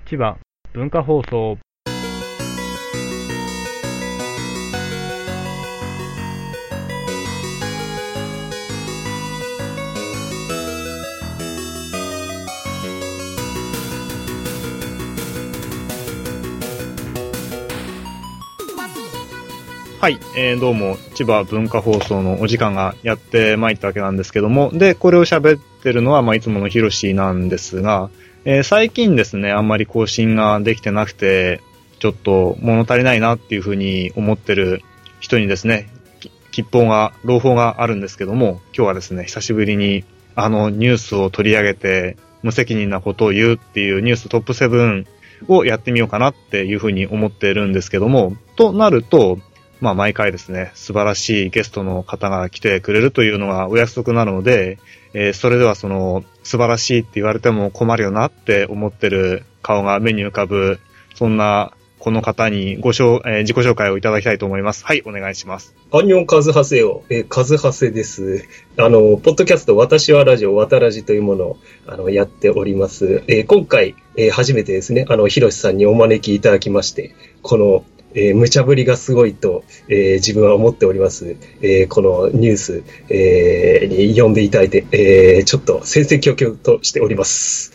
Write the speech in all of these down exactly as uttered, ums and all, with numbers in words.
千葉文化放送。はい、えー、どうも千葉文化放送のお時間がやってまいったわけなんですけども、でこれを喋ってるのは、まあ、いつものひろしなんですが、えー、最近ですねあんまり更新ができてなくてちょっと物足りないなっていうふうに思ってる人にですね吉報が朗報があるんですけども、今日はですね久しぶりにあのニュースを取り上げて無責任なことを言うっていうニューストップセブンをやってみようかなっていうふうに思ってるんですけども、となるとまあ毎回ですね、素晴らしいゲストの方が来てくれるというのがお約束なので、えー、それではその素晴らしいって言われても困るよなって思ってる顔が目に浮かぶ、そんなこの方にごしょう、えー、自己紹介をいただきたいと思います。はい、お願いします。 アンニョンカズハセよ、えー、カズハセです。あの、ポッドキャスト私はラジオ、わたらじというものをあのやっております。えー、今回、えー、初めてですね、あの、ひろしさんにお招きいただきまして、このえー、無茶ぶりがすごいと、えー、自分は思っております。えー、このニュース、えー、に呼んでいただいて、えー、ちょっと戦々恐々としております。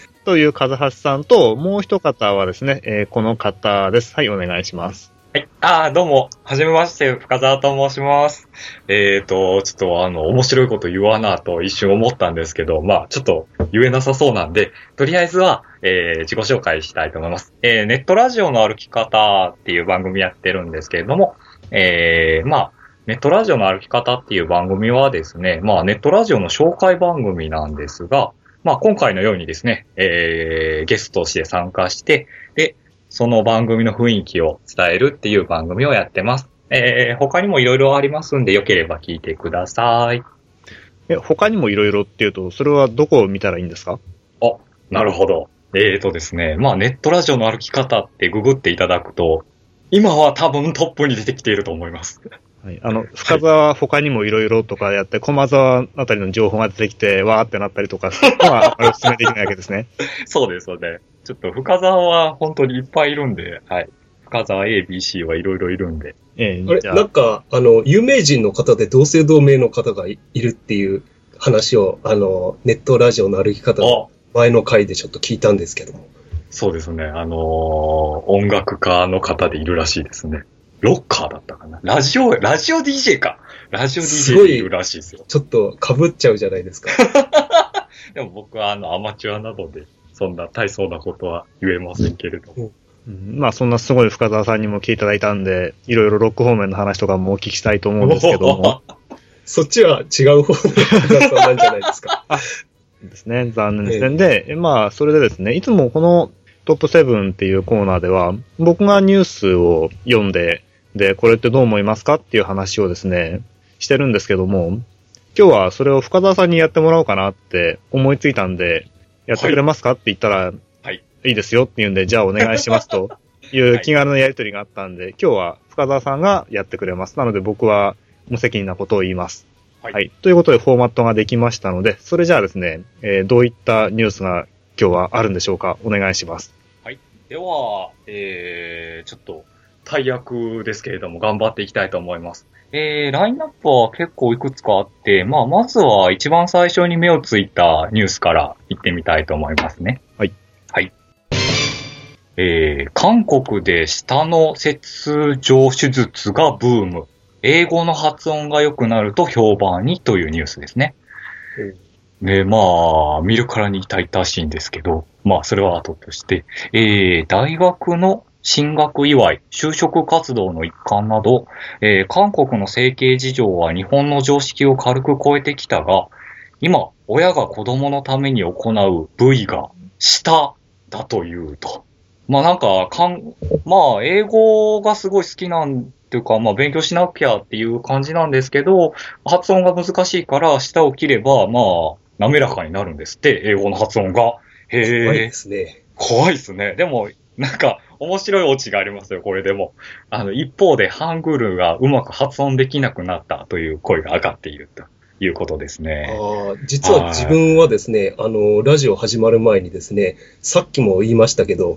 というカズハシさんと、もう一方はですね、えー、この方です。はい、お願いします。 はい。ああ、どうも。はじめまして、深澤と申します。えーと、ちょっとあの、面白いこと言わなと一瞬思ったんですけど、まあ、ちょっと言えなさそうなんで、とりあえずは、えー、自己紹介したいと思います。えー、ネットラジオの歩き方っていう番組やってるんですけれども、えー、まあ、ネットラジオの歩き方っていう番組はですね、まあ、ネットラジオの紹介番組なんですが、まあ、今回のようにですね、えー、ゲストとして参加して、で、その番組の雰囲気を伝えるっていう番組をやってます。えー、他にもいろいろありますんで、よければ聞いてください。 え、他にもいろいろっていうと、それはどこを見たらいいんですか？ あ、なるほど。えーとですね、まあネットラジオの歩き方ってググっていただくと、今は多分トップに出てきていると思います。 はい、あの、深沢は他にもいろいろとかやって、駒沢あたりの情報が出てきて、わーってなったりとか、そういうのはあれお勧めできないわけですね。 そうですよね。ちょっと深沢は本当にいっぱいいるんで、はい。深沢 A、B、C はいろいろいるんで。 ええ、あれ、なんか、あの、有名人の方で同姓同名の方がいるっていう話を、あの、ネットラジオの歩き方の前の回でちょっと聞いたんですけども。 そうですね。あのー、音楽家の方でいるらしいですね。ロッカーだったかな。ラジオ、ラジオ ディージェー か。ラジオ ディージェー でいるらしいですよ。 ちょっと被っちゃうじゃないですか。 でも僕はあの、アマチュアなので、そんな大層なことは言えませんけれども。 うん、まあそんなすごい深澤さんにも来ていただいたんで、いろいろロック方面の話とかもお聞きしたいと思うんですけども。 そっちは違う方の深澤さんなんじゃないですか。 あ、ですね。残念ですね。で、まあそれでですね、いつもこのトップセブンっていうコーナーでは、僕がニュースを読んで、で、これってどう思いますかっていう話をですね、してるんですけども、今日はそれを深澤さんにやってもらおうかなって思いついたんで、やってくれますかって言ったら、はい、いいですよって言うんで、じゃあお願いしますという気軽なやりとりがあったんで、今日は深澤さんがやってくれます。なので僕は無責任なことを言います。はい。はい、ということでフォーマットができましたので、それじゃあですね、えー、どういったニュースが今日はあるんでしょうか？お願いします。 はい。では、えー、ちょっと、大役ですけれども頑張っていきたいと思います。えー、ラインナップは結構いくつかあって、まあ、まずは一番最初に目をついたニュースから行ってみたいと思いますね。 はい。 はい。えー、韓国で舌の切除手術がブーム。英語の発音が良くなると評判にというニュースですね。うん、で、まあ、見るからに痛々しいんですけど、まあ、それは後として、えー、大学の進学祝い、就職活動の一環など、えー、韓国の整形事情は日本の常識を軽く超えてきたが、今、親が子供のために行う部位が舌だというと。まあなんか、かん、まあ英語がすごい好きなんていうか、まあ勉強しなきゃっていう感じなんですけど、発音が難しいから舌を切れば、まあ滑らかになるんですって、英語の発音が。 へー。怖いですね。 怖いですね。でも、なんか、面白いオチがありますよ、これでも。あの、一方で、ハングルがうまく発音できなくなったという声が上がっているということですね。 ああ、実は自分はですね、あの、ラジオ始まる前にですね、さっきも言いましたけど、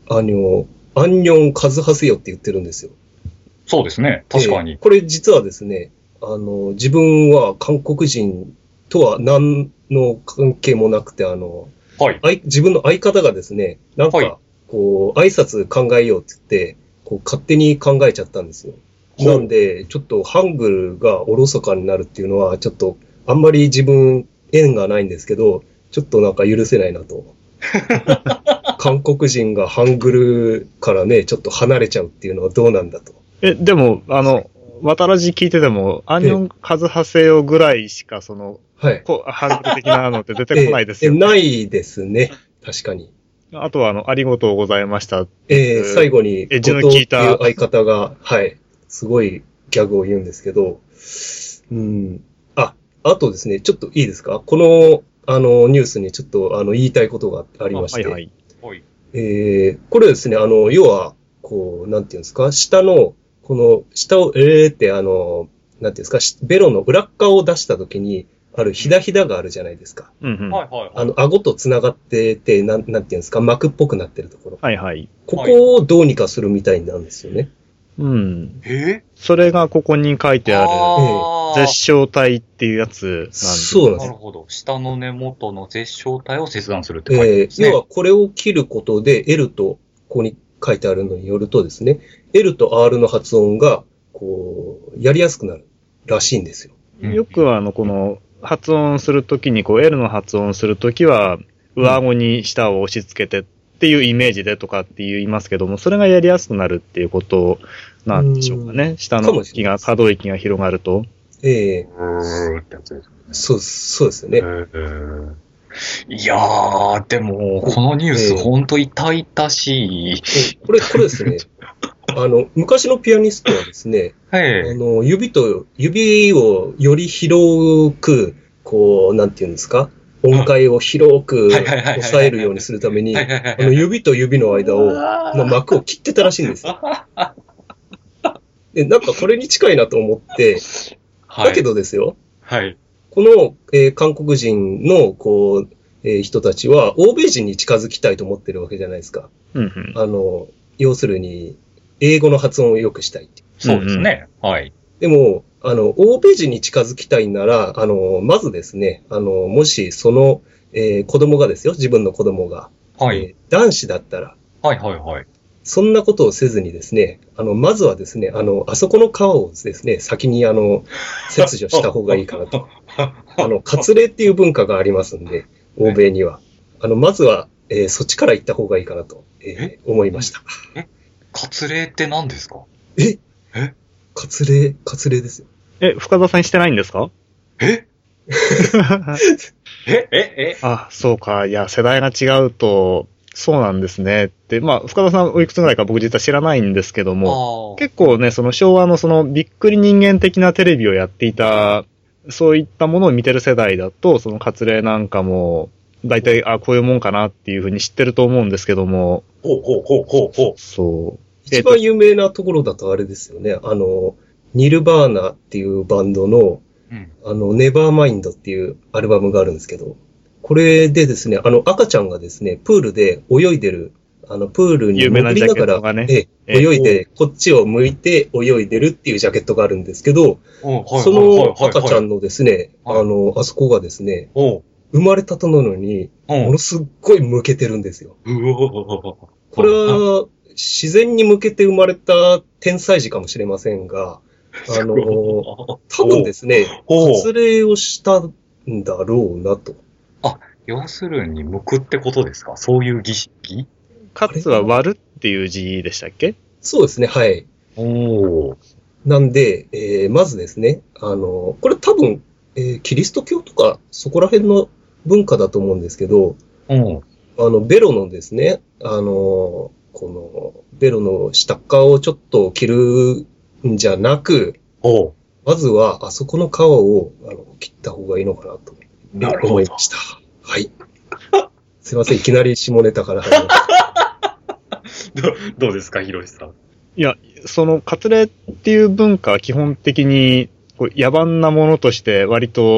あの、アンニョンカズハセヨって言ってるんですよ。 そうですね。確かに。 えー、これ実はですね、あの、自分は韓国人とは何の関係もなくて、あの、 はい、 自分の相方がですね、なんか、はい、こう、挨拶考えようって言って、こう、勝手に考えちゃったんですよ。なんで、ちょっとハングルがおろそかになるっていうのは、ちょっと、あんまり自分、縁がないんですけど、ちょっとなんか許せないなと。韓国人がハングルからね、ちょっと離れちゃうっていうのはどうなんだと。 え、でも、あの、渡らじ聞いてても、アンニョンカズハセヨぐらいしか、その、はい、ハングル的なのって出てこないですよね。 えないですね。確かに。 あとは、あの、ありがとうございました。 えー、最後に、エッジの効いた相方が、はい、すごいギャグを言うんですけど、うん。あ、あとですね、ちょっといいですか？この、あの、ニュースにちょっと、あの、言いたいことがありまして。はいはい。えー、これですね、あの、要は、こう、なんていうんですか、下の、この、下を、えーって、あの、なんていうんですか、ベロの裏側を出したときに、あるひだひだがあるじゃないですか。 うんうん。はいはいはい。 あの、顎と繋がってて、なん、なんていうんですか、膜っぽくなってるところ。 はいはい。 ここをどうにかするみたいなんですよね。 うん。えそれがここに書いてある、絶小体っていうやつなんです。 そうなんです。 なるほど。下の根元の絶小体を切断するって書いてあるんですね。 えー、要はこれを切ることで L と、ここに書いてあるのによるとですね、L と R の発音が、こう、やりやすくなるらしいんですよ。 よくあの、この、発音するときに、こう、L の発音するときは、上顎に舌を押し付けてっていうイメージでとかって言いますけども、それがやりやすくなるっていうことなんでしょうかね。下の息が、可動域が広がると。 ええー。そう、そうですよね。えー、いやー、でも、このニュース、ほんと痛々しい。 これ、これですね。あの、昔のピアニストはですね、はい、あの、指と、指をより広く、こう、なんていうんですか、音階を広く抑えるようにするために、あの、指と指の間を、の膜を切ってたらしいんですよ。で、なんかこれに近いなと思って、はい、だけどですよ、はい、この、えー、韓国人の、こう、えー、人たちは、欧米人に近づきたいと思ってるわけじゃないですか。 うんうん、 あの、要するに、英語の発音を良くしたいって。 そうですね。はい。 でも、あの、欧米人に近づきたいなら、あの、まずですね、あの、もしその、えー、子供がですよ、自分の子供が、はい、えー、男子だったら、 はいはいはい。 そんなことをせずにですね、あの、まずはですね、あの、あそこの皮をですね、先にあの、切除した方がいいかなと。あの、割礼っていう文化がありますんで、欧米には。あの、まずは、えー、そっちから行った方がいいかなと、えー、思いました。 え割礼って何ですか？ ええ割礼、割礼ですよ。 え、深田さんしてないんですか？ ええええあ、そうか。いや、世代が違うと、そうなんですね。って、まあ、深田さんおいくつぐらいか僕実は知らないんですけども、結構ね、その昭和のそのびっくり人間的なテレビをやっていた、そういったものを見てる世代だと、その割礼なんかも、大体、あ、こういうもんかなっていうふうに知ってると思うんですけども。 ほうほうほうほうほう。 そう。 一番有名なところだとあれですよね。あの、ニルバーナっていうバンドの、うん、あの、ネバーマインドっていうアルバムがあるんですけど、これでですね、あの、赤ちゃんがですね、プールで泳いでる、あの、プールに潜りながら、ね、え泳いで、こっちを向いて泳いでるっていうジャケットがあるんですけど、その赤ちゃんのですね、あの、あそこがですね、生まれたとなのに、ものすっごい向けてるんですよ。これは、自然に向けて生まれた天才児かもしれませんが、あの、多分ですね、割礼をしたんだろうなと。 あ、要するに向くってことですか？そういう儀式？ かつは割るっていう字でしたっけ？ そうですね、はい。 おー。 なんで、えー、まずですね、あの、これ多分、えー、キリスト教とかそこら辺の文化だと思うんですけど、 うん、 あの、ベロのですね、あの、この、ベロの下側をちょっと切るんじゃなく、 おまずは、あそこの皮をあの切った方がいいのかなと思いました。はい。すいません、いきなり下ネタから入りました。 ど, どうですか、ひろしさん。 いや、その、割礼っていう文化は基本的に、こう野蛮なものとして割と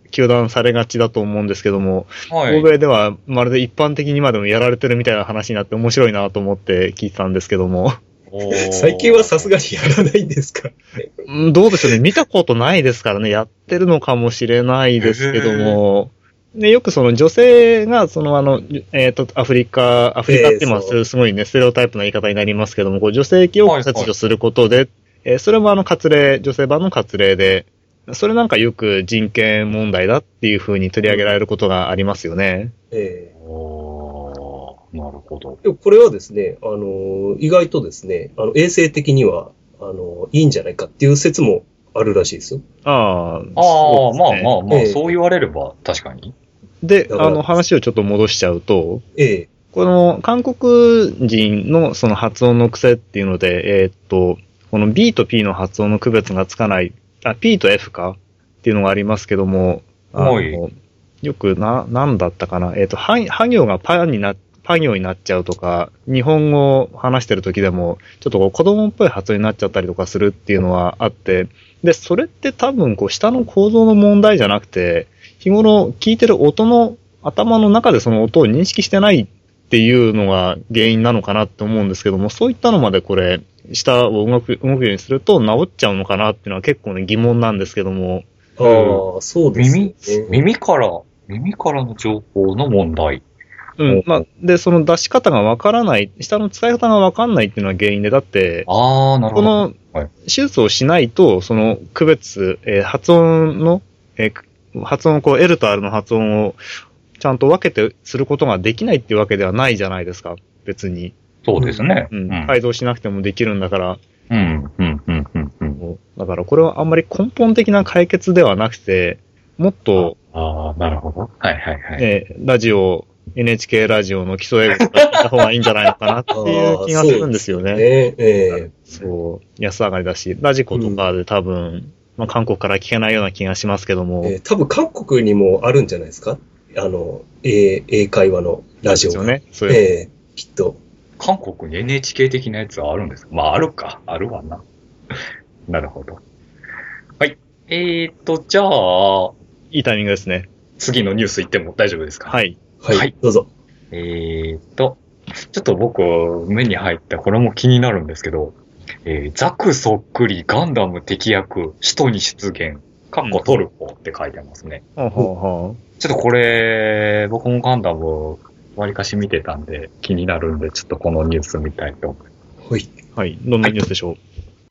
糾弾されがちだと思うんですけども、 はい。 欧米ではまるで一般的に今でもやられてるみたいな話になって面白いなと思って聞いてたんですけども。 最近はさすがにやらないんですか？ うんどうでしょうね。見たことないですからね。やってるのかもしれないですけども。で、よくその女性が、そのあの、えっ、と、アフリカ、アフリカって今えーすごいね、ステレオタイプな言い方になりますけども、こう女性器を切除することで、えーそれもあの割礼、女性版の割礼で、それなんかよく人権問題だっていう風に取り上げられることがありますよね。 ええおー、なるほど。 でもこれはですね、あの、意外とですね、あの、衛生的には、あの、いいんじゃないかっていう説もあるらしいですよ。 ああ、 ああ、 そうまあですねまあまあ、 ええそう言われれば確かに。 で、 だからあの話をちょっと戻しちゃうと、 ええこの韓国人のその発音の癖っていうので、えーっと、この B と P の発音の区別がつかない、あ、P と F かっていうのがありますけども、あのはいよくな、なんだったかな、えーっと、は、は行がパにな、パ行になっちゃうとか、日本語を話してる時でも、ちょっとこう子供っぽい発音になっちゃったりとかするっていうのはあって、で、それって多分こう下の構造の問題じゃなくて、日頃聞いてる音の頭の中でその音を認識してないっていうのが原因なのかなって思うんですけども、そういったのまでこれ、舌を動く、動くようにすると治っちゃうのかなっていうのは結構ね疑問なんですけども。 ああ、そうですね。 耳、耳から、耳からの情報の問題。 うん。まあ、で、その出し方がわからない、舌の使い方がわかんないっていうのは原因で、だって、 ああ、なるほど。 このはい手術をしないと、その区別、えー発音の、えー発音をこう L と R の発音をちゃんと分けてすることができないっていうわけではないじゃないですか、別に。 そうですね。 う。 うんん。 改造しなくてもできるんだから。 うん、うん、うん、うん、うん。 だからこれはあんまり根本的な解決ではなくて、もっと、 ああ、なるほど。はい、はい、はい。 えーラジオ、エヌエイチケー ラジオの基礎英語とか聞いた方がいいんじゃないのかなっていう気がするんですよね。 ねええそう。安上がりだし、ラジコとかで多分、まあ韓国から聞けないような気がしますけども。 ええ多分韓国にもあるんじゃないですか？あの、英英会話のラジオが。 ですよね。そういう。 ええきっと。 韓国に エヌエイチケー 的なやつはあるんですか？まあ、あるか。あるわな。なるほど。はい。えーと、じゃあ、 いいタイミングですね。 次のニュース行っても大丈夫ですか？。 はいい。 はい。 はいどうぞ。 えーと、ちょっと僕、目に入った、これも気になるんですけど、えー、ザクそっくりガンダム敵役、使徒に出現、カッコトルコって書いてますね。 ほうほうほちょっとこれ、僕もガンダム、わりかし見てたんで、気になるんで、ちょっとこのニュース見たいと思います。 はい。 う。はい。どんなニュースでしょう、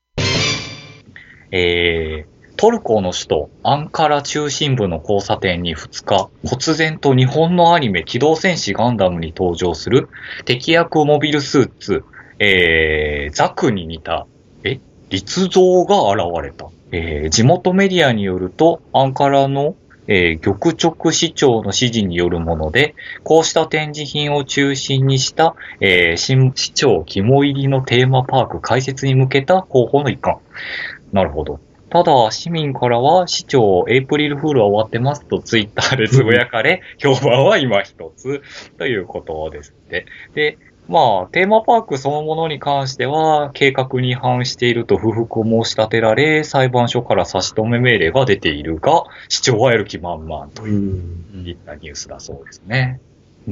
えー、トルコの首都アンカラ中心部の交差点にふつか、忽然と日本のアニメ機動戦士ガンダムに登場する敵役モビルスーツ、えー、ザクに似た、え立像が現れた。えー、地元メディアによると、アンカラのえー、玉直市長の指示によるもので、こうした展示品を中心にした、えー、新市長肝入りのテーマパーク開設に向けた広報の一環。なるほど。ただ、市民からは市長、エイプリルフールは終わってますとツイッターでつぶやかれ、評判は今一つということですって。で、まあ、テーマパークそのものに関しては、計画に違反していると不服を申し立てられ、裁判所から差し止め命令が出ているが、市長はやる気満々とうん。 いったニュースだそうですね。うん。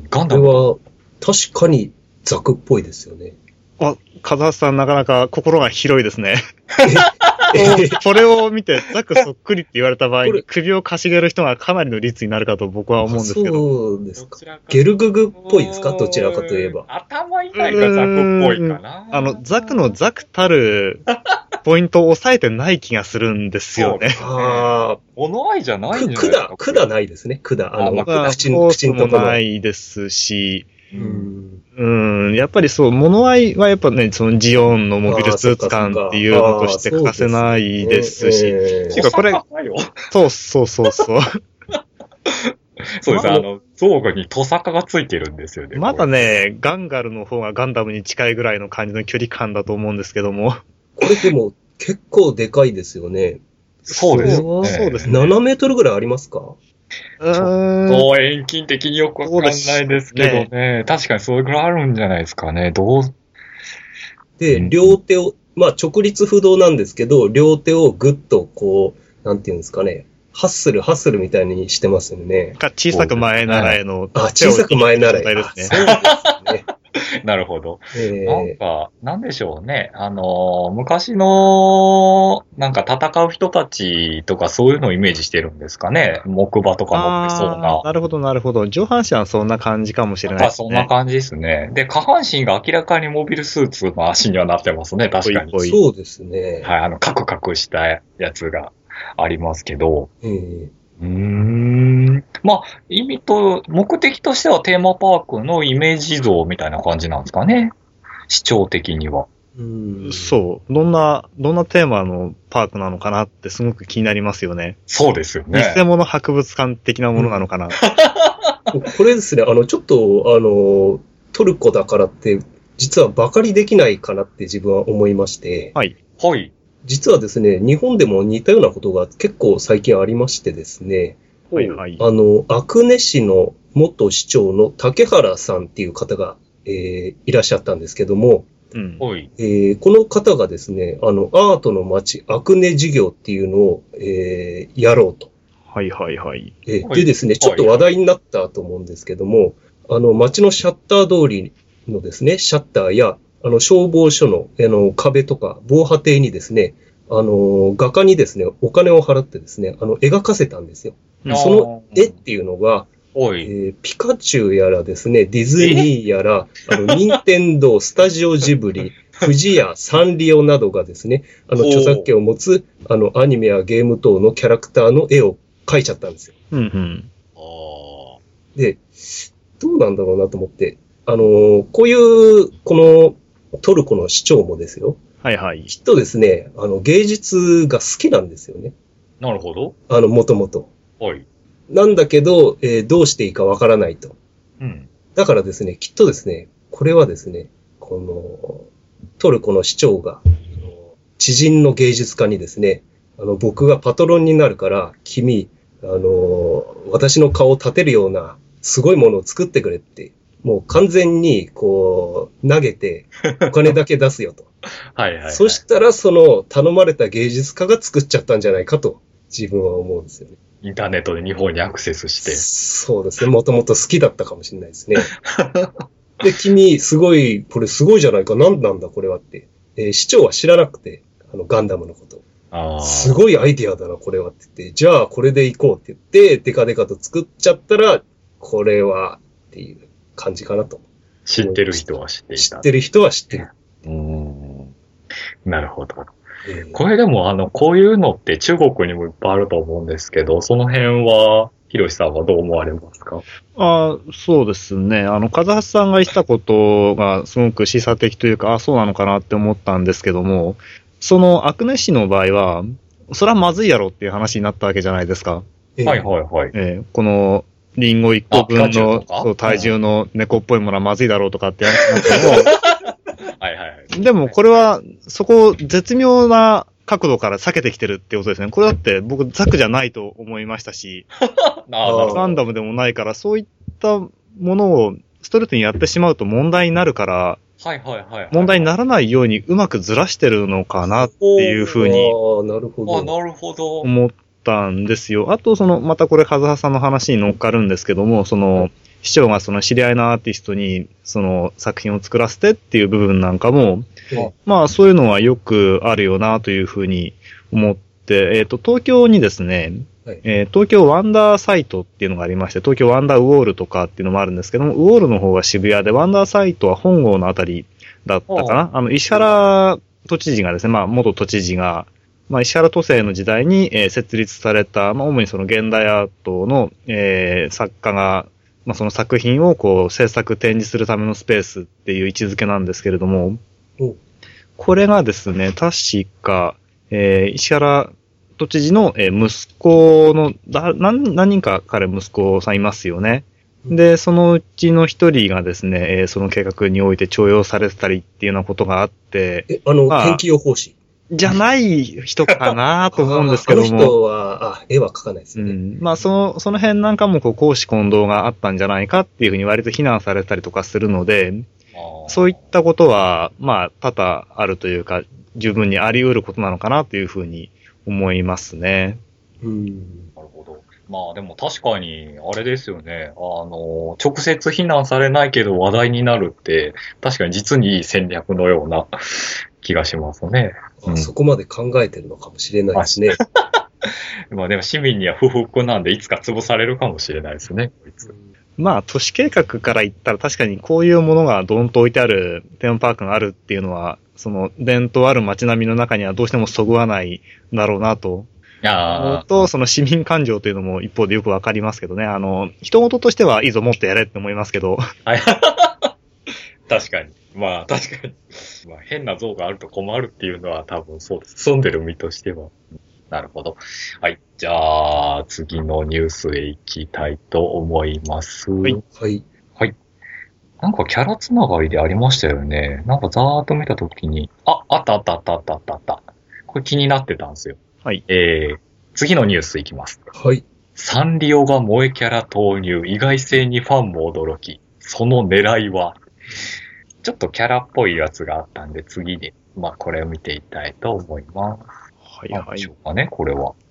ガンこれダムは、確かにザクっぽいですよね。 あ、風橋さんなかなか心が広いですね。 えこれを見て、ザクそっくりって言われた場合にこれ首をかしげる人がかなりの率になるかと僕は思うんですけど。 そうですか。ゲルググっぽいですか？どちらかといえば。 頭以外がザクっぽいかな。 あの、ザクのザクたるポイントを抑えてない気がするんですよね。 あ物愛じゃなあ、 いんじゃないく、 ですか。 管、管ないですね。管。あの、 あまあ口の、 コースも口のところ。 ないですし、 うん。 うん、やっぱりそう、物合いはやっぱね、そのジオンのモビルスーツ感っていうのとして欠かせないですし、 えていうかこれ、そうそうそうそう。 そうです。あの、造具にトサカがついてるんですよね。 まだね、ガンガルの方がガンダムに近いぐらいの感じの距離感だと思うんですけども。 これでも結構でかいですよね。 そうですそうね。 そうですね。 ななメートルぐらいありますか？ うーん。 そう、遠近的によくわかんないですけどね。確かにそれぐらいあるんじゃないですかね。どう、 で、 うん両手を、まあ直立不動なんですけど、両手をぐっとこう、なんていうんですかね、 ハッスル、ハッスルみたいにしてますよね。 か、小さく前習えの。 あ、小さく前習え。 ですね。 そうですね。 なるほど。 えー、 なんか、なんでしょうね。あの、昔の、なんか戦う人たちとかそういうのをイメージしてるんですかね。木馬とか持ってそうな。 なるほど、なるほど。上半身はそんな感じかもしれないですね。 そんな感じですね。で、下半身が明らかにモビルスーツの足にはなってますね、確かに。 ぽいぽいそうですね。 はい、あの、カクカクしたやつがありますけど。 えーうーん。まあ、意味と、目的としてはテーマパークのイメージ像みたいな感じなんですかね。視聴的には。 うんそう。どんな、どんなテーマのパークなのかなってすごく気になりますよね。 そうですよね。 偽物博物館的なものなのかな。 うん、これですね、あの、ちょっと、あの、トルコだからって、実は馬鹿にできないかなって自分は思いまして。 はい。 はい。 実はですね、日本でも似たようなことが結構最近ありましてですね。 はいはい。 あの、阿久根市の元市長の竹原さんっていう方が、えー、いらっしゃったんですけども、 うん。 はい。 えー、この方がですね、あの、アートの街、阿久根事業っていうのを、えー、やろうと。 はいはいはい。 えーはいでですね、ちょっと話題になったと思うんですけども、あの、街のシャッター通りのですね、シャッターや、あの、消防署の、あの、壁とか、防波堤にですね、あの、画家にですね、お金を払ってですね、あの、描かせたんですよ。 うんその絵っていうのが、えはい。 ーピカチュウやらですね、ディズニーやら、あの、ニンテンドー、スタジオジブリ、富士屋、サンリオなどがですね、あの、 ほう著作権を持つ、あの、アニメやゲーム等のキャラクターの絵を描いちゃったんですよ。 うんうん。 あで、どうなんだろうなと思って、あのーこういう、このトルコの市長もですよ、 はいはい。 きっとですね、あの、芸術が好きなんですよね。 ーなるほど。 あの、もともと。 はい。 なんだけど、えーどうしていいかわからないと。 うん。 だからですね、きっとですね、これはですね、この、トルコの市長が、あの知人の芸術家にですね、あの、僕がパトロンになるから、君、あの、私の顔を立てるような、すごいものを作ってくれって、もう完全に、こう、投げて、お金だけ出すよと。 はいはい、はい。 そしたら、その、頼まれた芸術家が作っちゃったんじゃないかと、自分は思うんですよね。 インターネットで日本にアクセスして。 そうですね。もともと好きだったかもしれないですね。で、君、すごい、これすごいじゃないか。何なんだ、これはって。えー市長は知らなくて、あの、ガンダムのこと。 あすごいアイディアだな、これはって言って、じゃあ、これで行こうって言って、デカデカと作っちゃったら、これは、っていう感じかなと。 知ってる人は知っていた。 知ってる人は知ってる。 うーん。なるほど。 えーこれでも、あの、こういうのって中国にもいっぱいあると思うんですけど、その辺は、ひろしさんはどう思われますか？ あそうですね。あの、風橋さんが言ったことがすごく示唆的というか、あそうなのかなって思ったんですけども、その阿久根市の場合は、それはまずいやろっていう話になったわけじゃないですか。 えーはいはいはい。 えーこの、リンゴいっこぶんあピカチュウのとかそう体重の猫っぽいものはまずいだろうとかってやるんですけはいはいはい。 ど、でもこれは、そこを絶妙な角度から避けてきてるってことですね。これだって僕ザクじゃないと思いましたし、 ああ、なるほど。 ガンダムでもないから、そういったものをストレートにやってしまうと問題になるから、 はいはいはいはい。 問題にならないようにうまくずらしてるのかなっていうふうにああ、なるほど。 あ、なるほど。 思ったんですよ。あと、その、またこれ、風葉さんの話に乗っかるんですけども、その、市長がその知り合いのアーティストに、その作品を作らせてっていう部分なんかも、 えーまあ、そういうのはよくあるよなというふうに思って、えっと、東京にですね、 はいえー東京ワンダーサイトっていうのがありまして、東京ワンダーウォールとかっていうのもあるんですけども、ウォールの方が渋谷で、ワンダーサイトは本郷のあたりだったかな。あの、石原都知事がですね、まあ、元都知事が、まあ、石原都政の時代に、えー設立された、まあ、主にその現代アートの、えー作家が、まあ、その作品をこう、制作展示するためのスペースっていう位置づけなんですけれども、 おこれがですね、確か、えー石原都知事の、えー息子の、だ何何人か彼息子さんいますよね。で、そのうちの一人がですね、えーその計画において重用されてたりっていうようなことがあって、 え、あの、 まあ天気予報士。 じゃない人かなと思うんですけどあのも。 人は、あ、絵は描かないですよね。 うん。まあ、その、その辺なんかも、こう、公私混同があったんじゃないかっていうふうに割と非難されたりとかするので、 あーそういったことは、まあ、多々あるというか、十分にあり得ることなのかなというふうに思いますね。 うん。 なるほまあでも確かに、あれですよね。あの、直接非難されないけど話題になるって、確かに実にいい戦略のような気がしますね。 あ、 うん、 そこまで考えてるのかもしれないですね。 まあでも市民には不服なんでいつか潰されるかもしれないですね、こいつ。 まあ、都市計画から言ったら確かにこういうものがドーンと置いてあるテーマパークがあるっていうのは、その伝統ある街並みの中にはどうしてもそぐわないだろうなと。 あと、その市民感情というのも一方でよくわかりますけどね。あの、人事としてはいいぞもっとやれって思いますけど。 はい。確かに。まあ確かに。まあ変な像があると困るっていうのは多分そうです。住んでる身としては。なるほど。はい。じゃあ、次のニュースへ行きたいと思います。 はい。 はい。 はい。なんかキャラつながりでありましたよね。なんかざーっと見たときに、あ、あったあったあったあったあったあった。これ気になってたんですよ。 はい。 えー、次のニュースいきます。 はい。 サンリオが萌えキャラ投入、意外性にファンも驚き。その狙いは、ちょっとキャラっぽいやつがあったんで、次に、まあこれを見ていきたいと思います。 はいはい。 何でしょうかね、これは。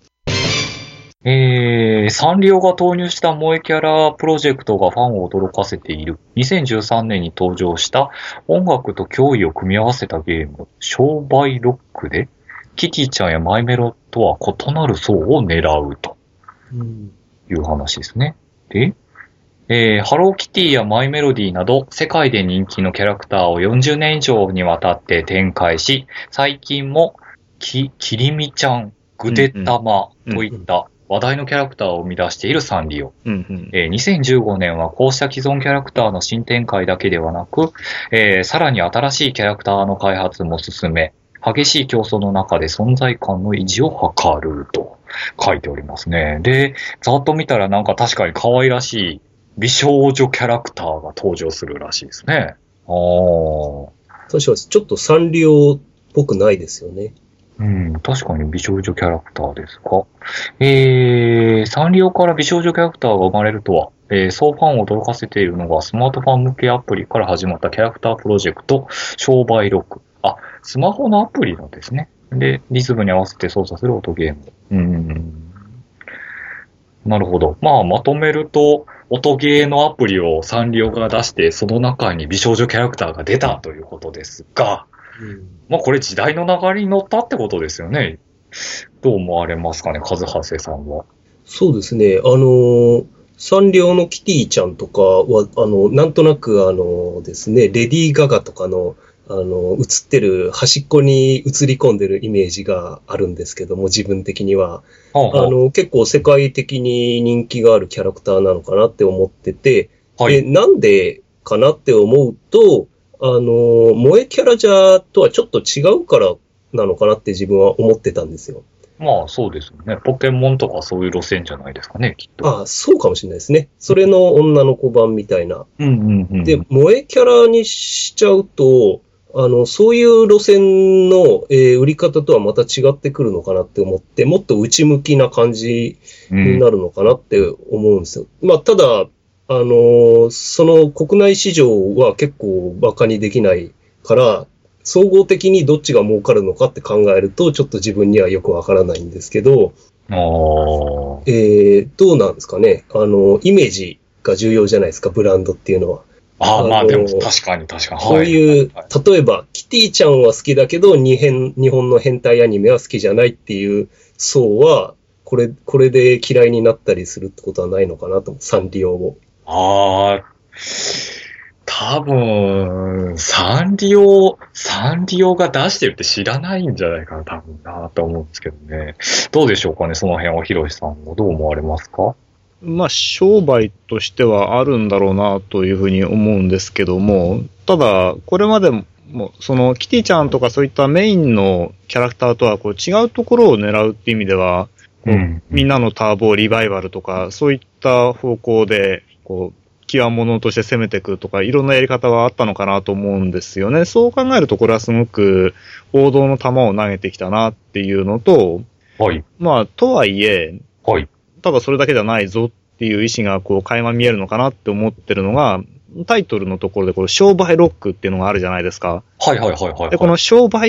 えー、サンリオが投入した萌えキャラプロジェクトがファンを驚かせている。にせんじゅうさんねんに登場した音楽と脅威を組み合わせたゲーム、商売ロックで、キティちゃんやマイメロとは異なる層を狙うという話ですね。で、えー、ハローキティやマイメロディなど世界で人気のキャラクターをよんじゅうねん以上にわたって展開し、最近もき、きりみちゃん、ぐでたまといった話題のキャラクターを生み出しているサンリオ。 うんうんえー、にせんじゅうごねんはこうした既存キャラクターの新展開だけではなく、えー、さらに新しいキャラクターの開発も進め、激しい競争の中で存在感の維持を図ると書いておりますね。で、ざっと見たらなんか確かに可愛らしい美少女キャラクターが登場するらしいですね。あー。 確かにちょっとサンリオっぽくないですよね。 うん、確かに美少女キャラクターですか。えー、サンリオから美少女キャラクターが生まれるとは、えー、そうファンを驚かせているのがスマートファン向けアプリから始まったキャラクタープロジェクト、商売ロック。あ、スマホのアプリなんですね。で、リズムに合わせて操作する音ゲーム。うーん。なるほど。まあ、まとめると、音ゲーのアプリをサンリオが出して、その中に美少女キャラクターが出たということですが、うん、まあこれ時代の流れに乗ったってことですよね。どう思われますかね、カズハセさんは。 そうですね。あの、サンリオのキティちゃんとかは、あの、なんとなくあのですね、レディー・ガガとかの、あの、映ってる、端っこに映り込んでるイメージがあるんですけども、自分的には。はあはあ、あの、結構世界的に人気があるキャラクターなのかなって思ってて、はい、で、なんでかなって思うと、あの、萌えキャラじゃとはちょっと違うからなのかなって自分は思ってたんですよ。 まあそうですよね。ポケモンとかそういう路線じゃないですかね、きっと。 ああ、そうかもしれないですね。それの女の子版みたいな。 うんうんうん、 で、萌えキャラにしちゃうと、あの、そういう路線の、えー、売り方とはまた違ってくるのかなって思って、もっと内向きな感じになるのかなって思うんですよ。うん、まあ、ただ、あのー、その国内市場は結構馬鹿にできないから、総合的にどっちが儲かるのかって考えると、ちょっと自分にはよくわからないんですけど、 あーえー、どうなんですかね。あの、イメージが重要じゃないですか、ブランドっていうのは。 ああ、まあでも確かに確かに。 こういう、はい、例えば、キティちゃんは好きだけど、日本、日本の変態アニメは好きじゃないっていう層は、これ、これで嫌いになったりするってことはないのかなと、サンリオを。 ああ、多分、サンリオ、サンリオが出してるって知らないんじゃないかな、多分なと思うんですけどね。どうでしょうかね、その辺はひろしさんもどう思われますか？ まあ、商売としてはあるんだろうなというふうに思うんですけども、ただ、これまでも、その、キティちゃんとかそういったメインのキャラクターとはこう違うところを狙うっていう意味では、こううん、みんなのターボリバイバルとか、そういった方向で、こう、極物として攻めていくとか、いろんなやり方はあったのかなと思うんですよね。そう考えると、これはすごく王道の球を投げてきたなっていうのと、 はい。 まあ、とはいえ、 はい。 ただそれだけじゃないぞっていう意思がこう垣間見えるのかなって思ってるのが、タイトルのところでこの商売ロックっていうのがあるじゃないですか。 はいはいはいはい、はい。 で、この商売って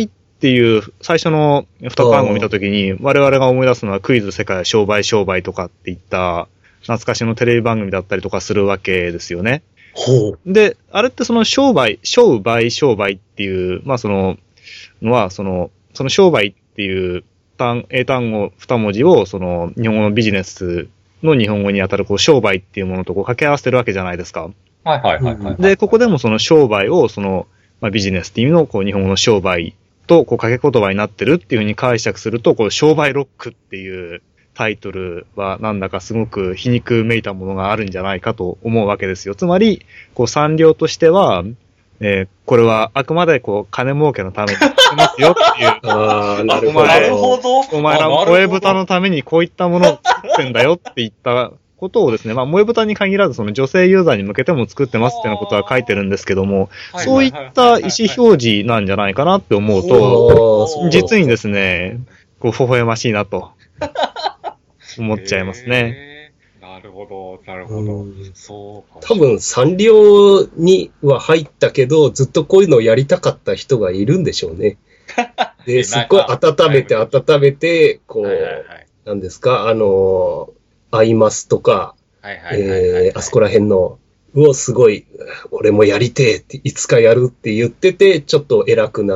っていう最初の二つ単語を見たときに、我々が思い出すのはクイズ世界商売商売とかっていった懐かしのテレビ番組だったりとかするわけですよね。 ほう。 で、あれってその商売、商売商売っていう、まあその、のは、その、その商売っていう単、英単語二文字を、その日本語のビジネスの日本語にあたるこう商売っていうものとこう掛け合わせてるわけじゃないですか。 はいはいはいはい。 で、ここでもその商売を、その、まあ、ビジネスっていう意味のこう日本語の商売とこう掛け言葉になってるっていうふうに解釈すると、こう商売ロックっていうタイトルはなんだかすごく皮肉めいたものがあるんじゃないかと思うわけですよ。つまり、こう産業としては、えー、これはあくまでこう金儲けのためにやってますよっていう。 ああ、なるほど。 なるほど。 お前ら萌え豚のためにこういったものを作ってんだよって言ったことをですね、まあ、萌え豚に限らずその女性ユーザーに向けても作ってますっていうようなことは書いてるんですけども、そういった意思表示なんじゃないかなって思うと、実にですね、こう、微笑ましいなと思っちゃいますね。 なるほど、なるほど。そうか。 多分、サンリオには入ったけど、ずっとこういうのをやりたかった人がいるんでしょうね。で、すっごい温めて温めて、こう、なんですか、あの、アイマスとか、えー、あそこら辺の、をすごい、俺もやりてえって、いつかやるって言ってて、ちょっと偉くなって、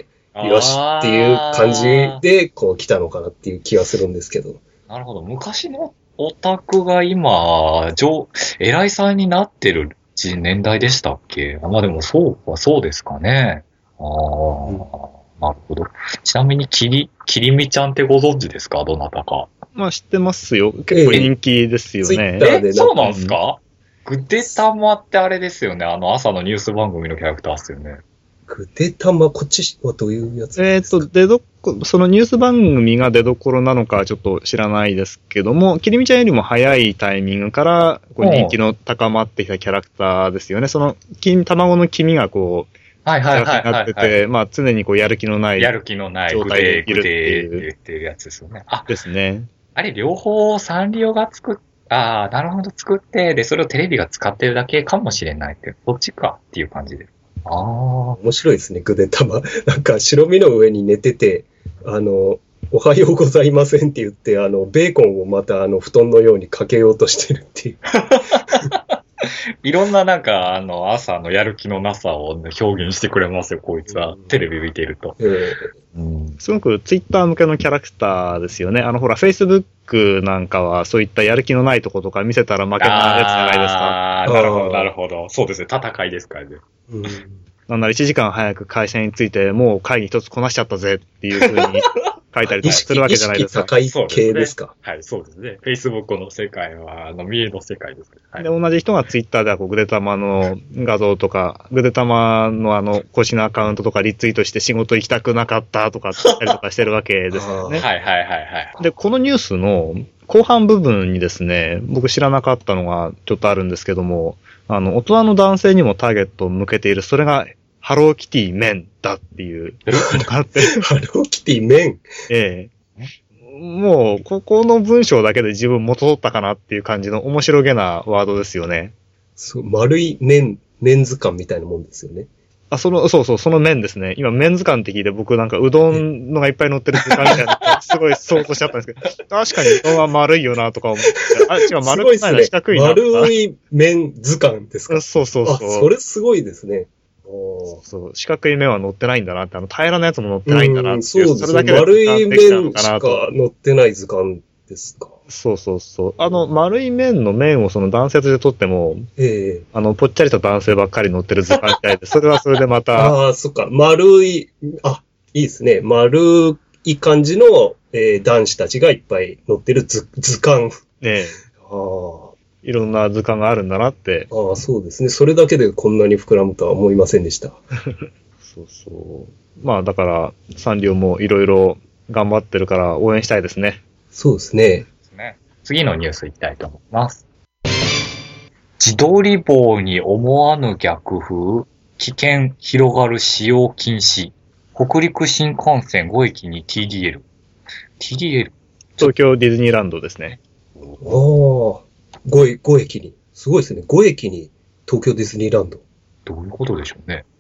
よしっていう感じで、こう来たのかなっていう気はするんですけど。 なるほど。昔のオタクが今、上、偉いさんになってる年代でしたっけ？まあでもそうはそうですかね。ああ、うん、なるほど。ちなみに、きり、きりみちゃんってご存知ですか？どなたか。 まあ知ってますよ。結構人気ですよね。 ええ、そうなんですか？グデタマってあれですよね。あの朝のニュース番組のキャラクターですよね。 グデタマ、こっちはどういうやつえっと、出どこ、そのニュース番組が出どころなのかちょっと知らないですけども、キリミちゃんよりも早いタイミングから、こう人気の高まってきたキャラクターですよね。その、金、卵の黄身がこう、 はいはいはいはい、はい。なってて、まあ常にこうやる気のない。 やる気のない状態でいるっていう。言ってるやつですよね。あ、 ですね。 あれ両方サンリオが作っ、ああ、なるほど作って、で、それをテレビが使ってるだけかもしれないって、こっちかっていう感じで。ああ。 面白いですね、グデタマ。なんか白身の上に寝てて、あの、おはようございませんって言って、あの、ベーコンをまたあの、布団のようにかけようとしてるっていう。 いろんななんか、あの、朝のやる気のなさを表現してくれますよ、こいつは。テレビ見てると。 えーうん、すごくツイッター向けのキャラクターですよね。あの、ほら、Facebook なんかはそういったやる気のないとことか見せたら負けたやつじゃないですか。 ああ、なるほど、なるほど。そうですね、戦いですからね。 うん、 なんならいちじかん早く会社に着いて、もう会議一つこなしちゃったぜっていう風に書いたりとかするわけじゃないですか。 意識高い系ですか。 はい、そうですね。Facebook の世界は、あの、見えの世界ですね。はい、 で、同じ人が Twitter ではこうグデタマの画像とか、グデタマのあの、公式のアカウントとかリツイートして仕事行きたくなかったとかって言ったりとかしてるわけですよね。 はいはいはいはい。 で、このニュースの後半部分にですね、僕知らなかったのがちょっとあるんですけども、あの、大人の男性にもターゲットを向けている、それが、ハローキティメンだっていうのがあって。 ハローキティメンええ。もう、ここの文章だけで自分元取ったかなっていう感じの面白げなワードですよね。 そう、丸い麺、メンズ感みたいなもんですよね。 あ、その、そうそう、その麺ですね。今、メンズ感って聞いて僕なんかうどんのがいっぱい乗ってる図鑑みたいな、すごい想像しちゃったんですけど、確かにうどんは丸いよなとか思って、あ、違う、丸くないな、四角いな。 丸い麺図鑑ですか？ そうそうそう。あ、 それすごいですね。 そう、四角い面は乗ってないんだなって、あの、平らなやつも乗ってないんだなっていう、 そうですね。 それだけで丸い面しか乗ってない図鑑ですか。 そうそうそう。あの、丸い面の面をその男性として取っても、 ええ、 あの、ぽっちゃりと男性ばっかり乗ってる図鑑みたいで、それはそれでまた。 ああ、そっか。丸い、あ、いいですね。丸い感じの、えー、男子たちがいっぱい乗ってる図、図鑑。 ええ。ああ。いろんな図鑑があるんだなって。 ああ、そうですね。それだけでこんなに膨らむとは思いませんでした。 そうそう。まあ、だから、サンリオもいろいろ頑張ってるから応援したいですね。 そうですね。 次のニュースいきたいと思います。自撮り棒に思わぬ逆風、危険広がる使用禁止。北陸新幹線ご駅に ティーディーエル。ティーディーエル? 東京ディズニーランドですね。 ああ、ご駅に。すごいですね。ご駅に東京ディズニーランド。 どういうことでしょうね。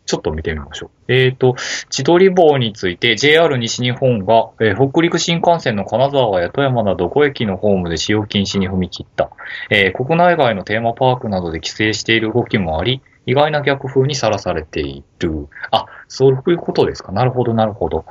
ちょっと見てみましょう。えっと、千鳥棒について ジェイアール 西日本が、えー北陸新幹線の金沢や富山などご駅のホームで使用禁止に踏み切った。えー国内外のテーマパークなどで規制している動きもあり、意外な逆風にさらされている。あ、そういうことですか。なるほど、なるほど。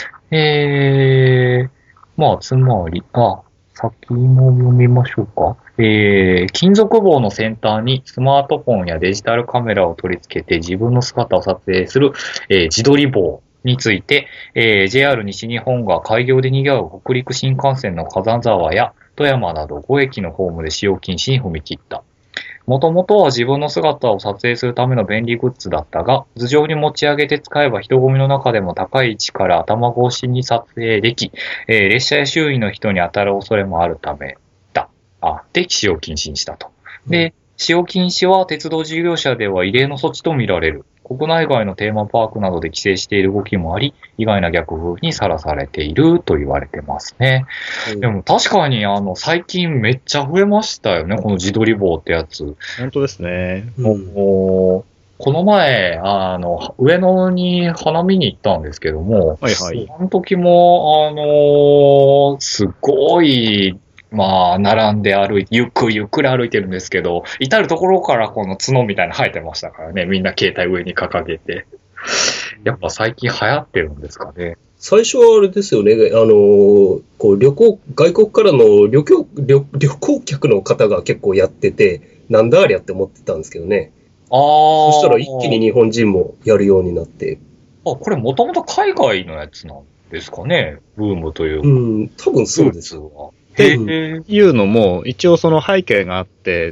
えー、まあ、つまり、あ、先も読みましょうか。えー、金属棒の先端にスマートフォンやデジタルカメラを取り付けて自分の姿を撮影する、えー、自撮り棒について、えー、ジェイアール 西日本が開業で賑わう北陸新幹線の金沢や富山などご駅のホームで使用禁止に踏み切った。もともとは自分の姿を撮影するための便利グッズだったが、頭上に持ち上げて使えば人混みの中でも高い位置から頭越しに撮影でき、えー、列車や周囲の人に当たる恐れもあるためだ。あ、で、使用禁止にしたと。で、使用禁止は鉄道事業者では異例の措置とみられる。国内外のテーマパークなどで規制している動きもあり、意外な逆風にさらされていると言われてますね。うん、でも確かにあの最近めっちゃ増えましたよね、この自撮り棒ってやつ。 本当ですね。 うん、この前、あの、上野に花見に行ったんですけども、 はいはい。 あの時も、あのー、すごい、まあ、並んで歩いて、ゆっくりゆっくり歩いてるんですけど、至るところからこの角みたいなの生えてましたからね、みんな携帯上に掲げて。やっぱ最近流行ってるんですかね。 最初はあれですよね、あの、こう旅行、外国からの旅行、旅、旅行客の方が結構やってて、なんだありゃって思ってたんですけどね。 ああ。 そしたら一気に日本人もやるようになって。 あ、これもともと海外のやつなんですかね、ブームというか。 うん、多分そうです。 っていうのも、一応その背景があって、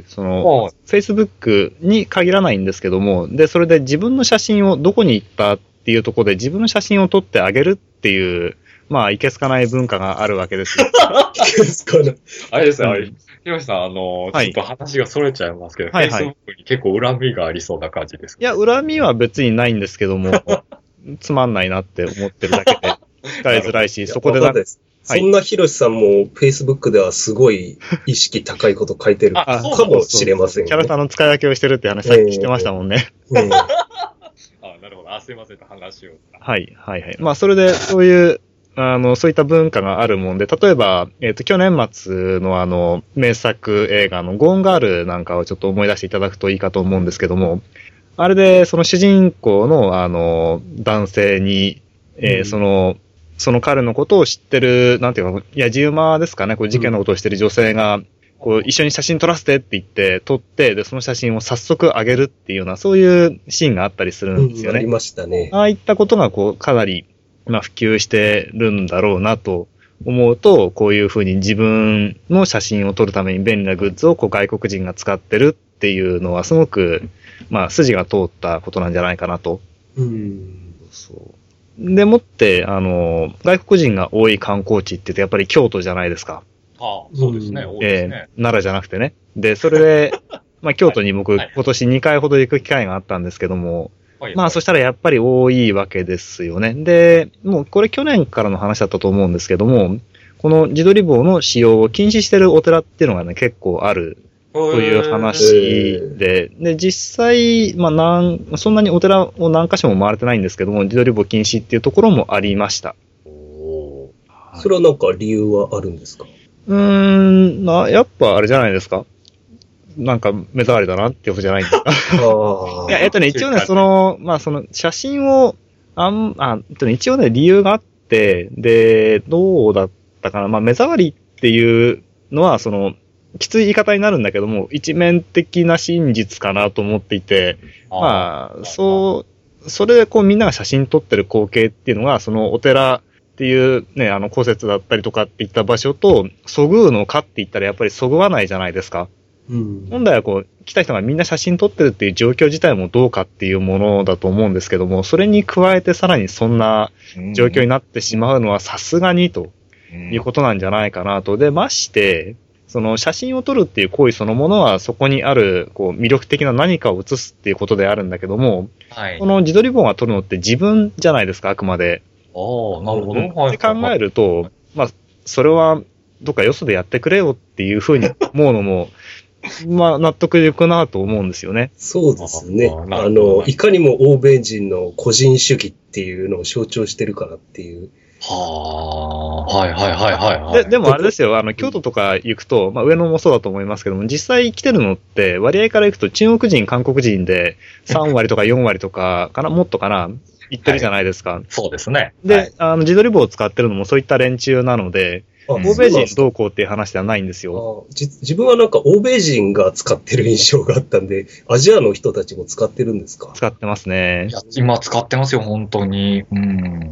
その、Facebook に限らないんですけども、で、それで自分の写真をどこに行ったっていうところで自分の写真を撮ってあげるっていう、まあ、いけすかない文化があるわけですよ。 いけすかない。 あれですね、あれ。ひろしさん、あの、ちょっと話が逸れちゃいますけど、はい、Facebook に結構恨みがありそうな感じですか、 いや、恨みは別にないんですけども、つまんないなって思ってるだけで、使いづらいし、そこでなんか、 はい、そんなヒロシさんも Facebook ではすごい意識高いこと書いてるかもしれません、ね、 キャラクターの使い分けをしてるって話さっきしてましたもんね。えーえー、 あ、なるほど。あ、すいませんと話を。 はい、はい、はい。まあ、それで、そういう、あの、そういった文化があるもんで、例えば、えっと、去年末のあの、名作映画のゴーンガールなんかをちょっと思い出していただくといいかと思うんですけども、あれで、その主人公の、あの、男性に、えーうん、その、その彼のことを知ってる、なんていうか、やじ馬ですかね、こう事件のことを知ってる女性が、こう一緒に写真撮らせてって言って、撮って、で、その写真を早速上げるっていうような、そういうシーンがあったりするんですよね。 うん、ありましたね。 ああいったことが、こう、かなり、まあ、普及してるんだろうなと思うと、こういうふうに自分の写真を撮るために便利なグッズをこう外国人が使ってるっていうのは、すごく、まあ、筋が通ったことなんじゃないかなと。 うん。 そう。でもって、あの、外国人が多い観光地って言うとやっぱり京都じゃないですか。 ああ、そうですね、多いですね。 えー、奈良じゃなくてね。で、それで、まあ京都に僕、はい、今年にかいほど行く機会があったんですけども、はい、まあそしたらやっぱり多いわけですよね。で、もうこれ去年からの話だったと思うんですけども、この自撮り棒の使用を禁止してるお寺っていうのがね、結構ある。という話で、で、実際、まあ、なん、そんなにお寺を何箇所も回れてないんですけども、自撮り棒禁止っていうところもありました。 おはい、それはなんか理由はあるんですか？ うーん、な、やっぱあれじゃないですか。なんか目障りだなってことじゃないんですか。あいや、えっとね、一応ね、その、まあ、その写真を、あん、あ、えっとね、一応ね、理由があって、で、どうだったかな。まあ、目障りっていうのは、その、きつい言い方になるんだけども、一面的な真実かなと思っていて、あまあ、そう、それでこうみんなが写真撮ってる光景っていうのが、そのお寺っていうね、あの古説だったりとかっていった場所と、そぐうのかって言ったらやっぱりそぐわないじゃないですか。うん、本来はこう、来た人がみんな写真撮ってるっていう状況自体もどうかっていうものだと思うんですけども、それに加えてさらにそんな状況になってしまうのはさすがにということなんじゃないかなと。で、まして、その写真を撮るっていう行為そのものはそこにあるこう魅力的な何かを写すっていうことであるんだけども、はい、この自撮り棒が撮るのって自分じゃないですか、あくまで。 ああ、なるほど。 って考えると、まあ、それはどっかよそでやってくれよっていうふうに思うのも、 まあ、納得いくなと思うんですよね。 そうですね。 ああの、いかにも欧米人の個人主義っていうのを象徴してるからっていう。 はあ、はいはいはいはい、はい。 で、でもあれですよ、あの、京都とか行くと、まあ、上野もそうだと思いますけども、実際来てるのって、割合から行くと中国人、韓国人でさん割とかよん割とか、かな、もっとかな、行ってるじゃないですか。はい、 そうですね。 で、 はい、 あの、自撮り棒を使ってるのもそういった連中なので、欧米人どうこうっていう話ではないんですよ。 あじ自分はなんか欧米人が使ってる印象があったんで、アジアの人たちも使ってるんですか？ 使ってますね。 いや、今使ってますよ、本当に。うん。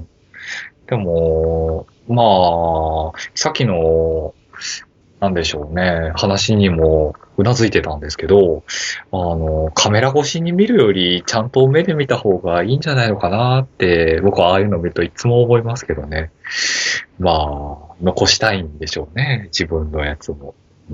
でも、まあ、さっきの、なんでしょうね、話にもうなずいてたんですけど、あの、カメラ越しに見るより、ちゃんと目で見た方がいいんじゃないのかなって、僕はああいうのを見るといつも思いますけどね。まあ、残したいんでしょうね、自分のやつも。うん、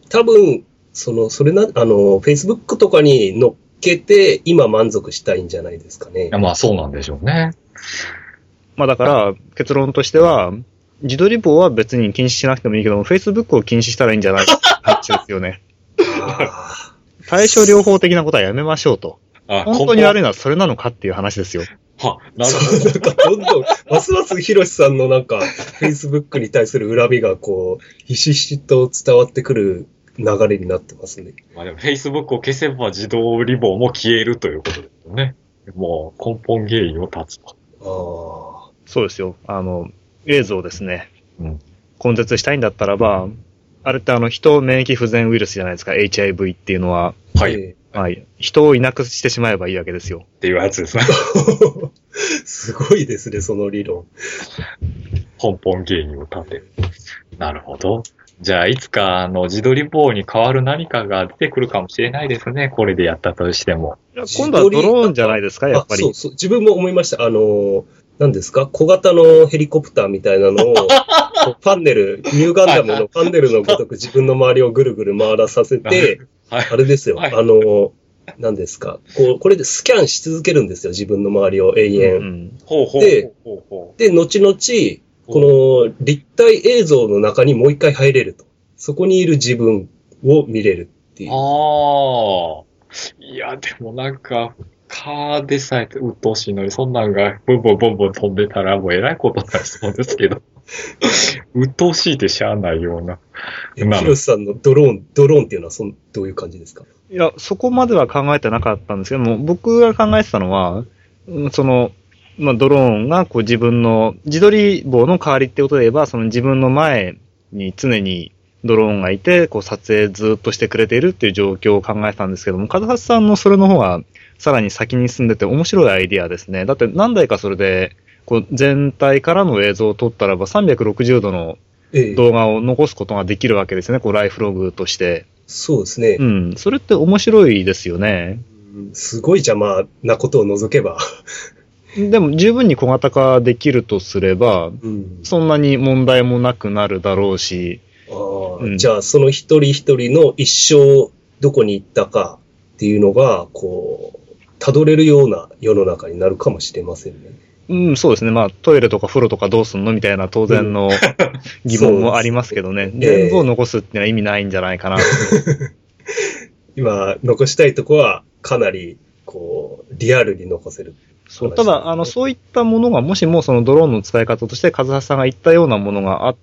多分、その、それな、あの、Facebook とかに載っけて、今満足したいんじゃないですかね。 まあ、そうなんでしょうね。 まあだから、結論としては、自撮り棒は別に禁止しなくてもいいけども、Facebook を禁止したらいいんじゃないかって話ですよね。対症療法的なことはやめましょうと。本当に悪いのはそれなのかっていう話ですよ。 は、なるほど。 なんかどんどん、ますますヒロシさんのなんか、Facebook に対する恨みがこう、ひしひしと伝わってくる流れになってますね。 まあでも Facebook を消せば自動リボンも消えるということですよね。もう根本原因を断つと。 ああ。 そうですよ。あの、映像ですね。 うん。 根絶したいんだったらば、あれってあの、人免疫不全ウイルスじゃないですか、エイチアイブイ っていうのは。 はい。 はい。人をいなくしてしまえばいいわけですよ。 っていうやつですね。 すごいですね、その理論。 根本原因を立てる。なるほど。じゃあ、いつか、あの、自撮り棒に変わる何かが出てくるかもしれないですね。これでやったとしても。 今度はドローンじゃないですか、やっぱり。 そうそう。自分も思いました。あの、何ですか小型のヘリコプターみたいなのを、パネル、ニューガンダムのパネルのごとく自分の周りをぐるぐる回らさせて、はい、あれですよ、はい、あの、何ですかこう、これでスキャンし続けるんですよ、自分の周りを永遠。うん、で、で、後々、この立体映像の中にもう一回入れると。そこにいる自分を見れるっていう。 ああ。いや、でもなんか、カーでさえ鬱陶しいのに、そんなんがボンボンボンボン飛んでたらもうえらいことになりそうですけど。鬱陶しいってしゃあないような。 え、ヒロシさんのドローン、ドローンっていうのはそんどういう感じですか？ いや、そこまでは考えてなかったんですけども、僕が考えてたのは、その、まあ、ドローンがこう自分の、自撮り棒の代わりってことで言えば、その自分の前に常にドローンがいて、こう撮影ずっとしてくれているっていう状況を考えてたんですけども、風橋さんのそれの方がさらに先に進んでて面白いアイディアですね。だって何台かそれで、こう全体からの映像を撮ったらばさんびゃくろくじゅうどの動画を残すことができるわけですね、こうライフログとして。 そうですね。 うん。それって面白いですよね。 すごい邪魔なことを除けば。 でも十分に小型化できるとすれば、うん、そんなに問題もなくなるだろうし。 あうん、じゃあその一人一人の一生どこに行ったかっていうのが、こう、辿れるような世の中になるかもしれませんね。 うん、そうですね。まあ、トイレとか風呂とかどうすんのみたいな当然の疑問もありますけどね。うん、全部を残すっていうのは意味ないんじゃないかな。 今、残したいとこはかなり、こう、リアルに残せる。 そう、ただ、あの、そういったものが、もしもそのドローンの使い方として、風橋さんが言ったようなものがあって、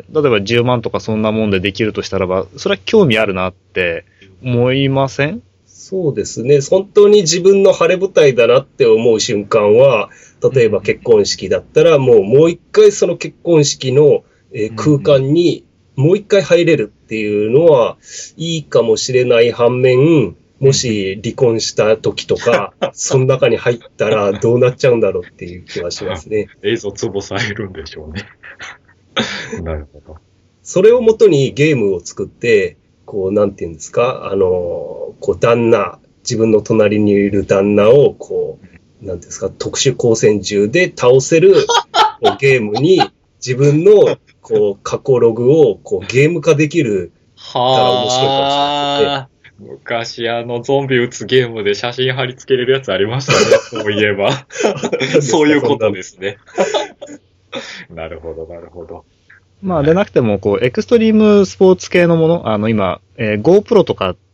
例えばじゅうまんとかそんなもんでできるとしたらば、それは興味あるなって思いません？ そうですね。本当に自分の晴れ舞台だなって思う瞬間は、例えば結婚式だったら、もうもう一回その結婚式の空間にもう一回入れるっていうのはいいかもしれない反面、もし離婚した時とか、その中に入ったらどうなっちゃうんだろうっていう気はしますね。 映像つぼされるんでしょうね。なるほど。 それをもとにゲームを作って、こう、なんていうんですか、あの、こう、旦那、自分の隣にいる旦那を、こう、なんですか、特殊光線銃で倒せるゲームに、自分の、こう、過去ログを、こう、ゲーム化できる、たら面白いかもしれないですね。 昔、あの、ゾンビ撃つゲームで写真貼り付けれるやつありましたね。そういえば。そういうことですね。なるほど、なるほど。 まあでなくても、こう、エクストリームスポーツ系のもの、あの今、えー、GoPro とかって、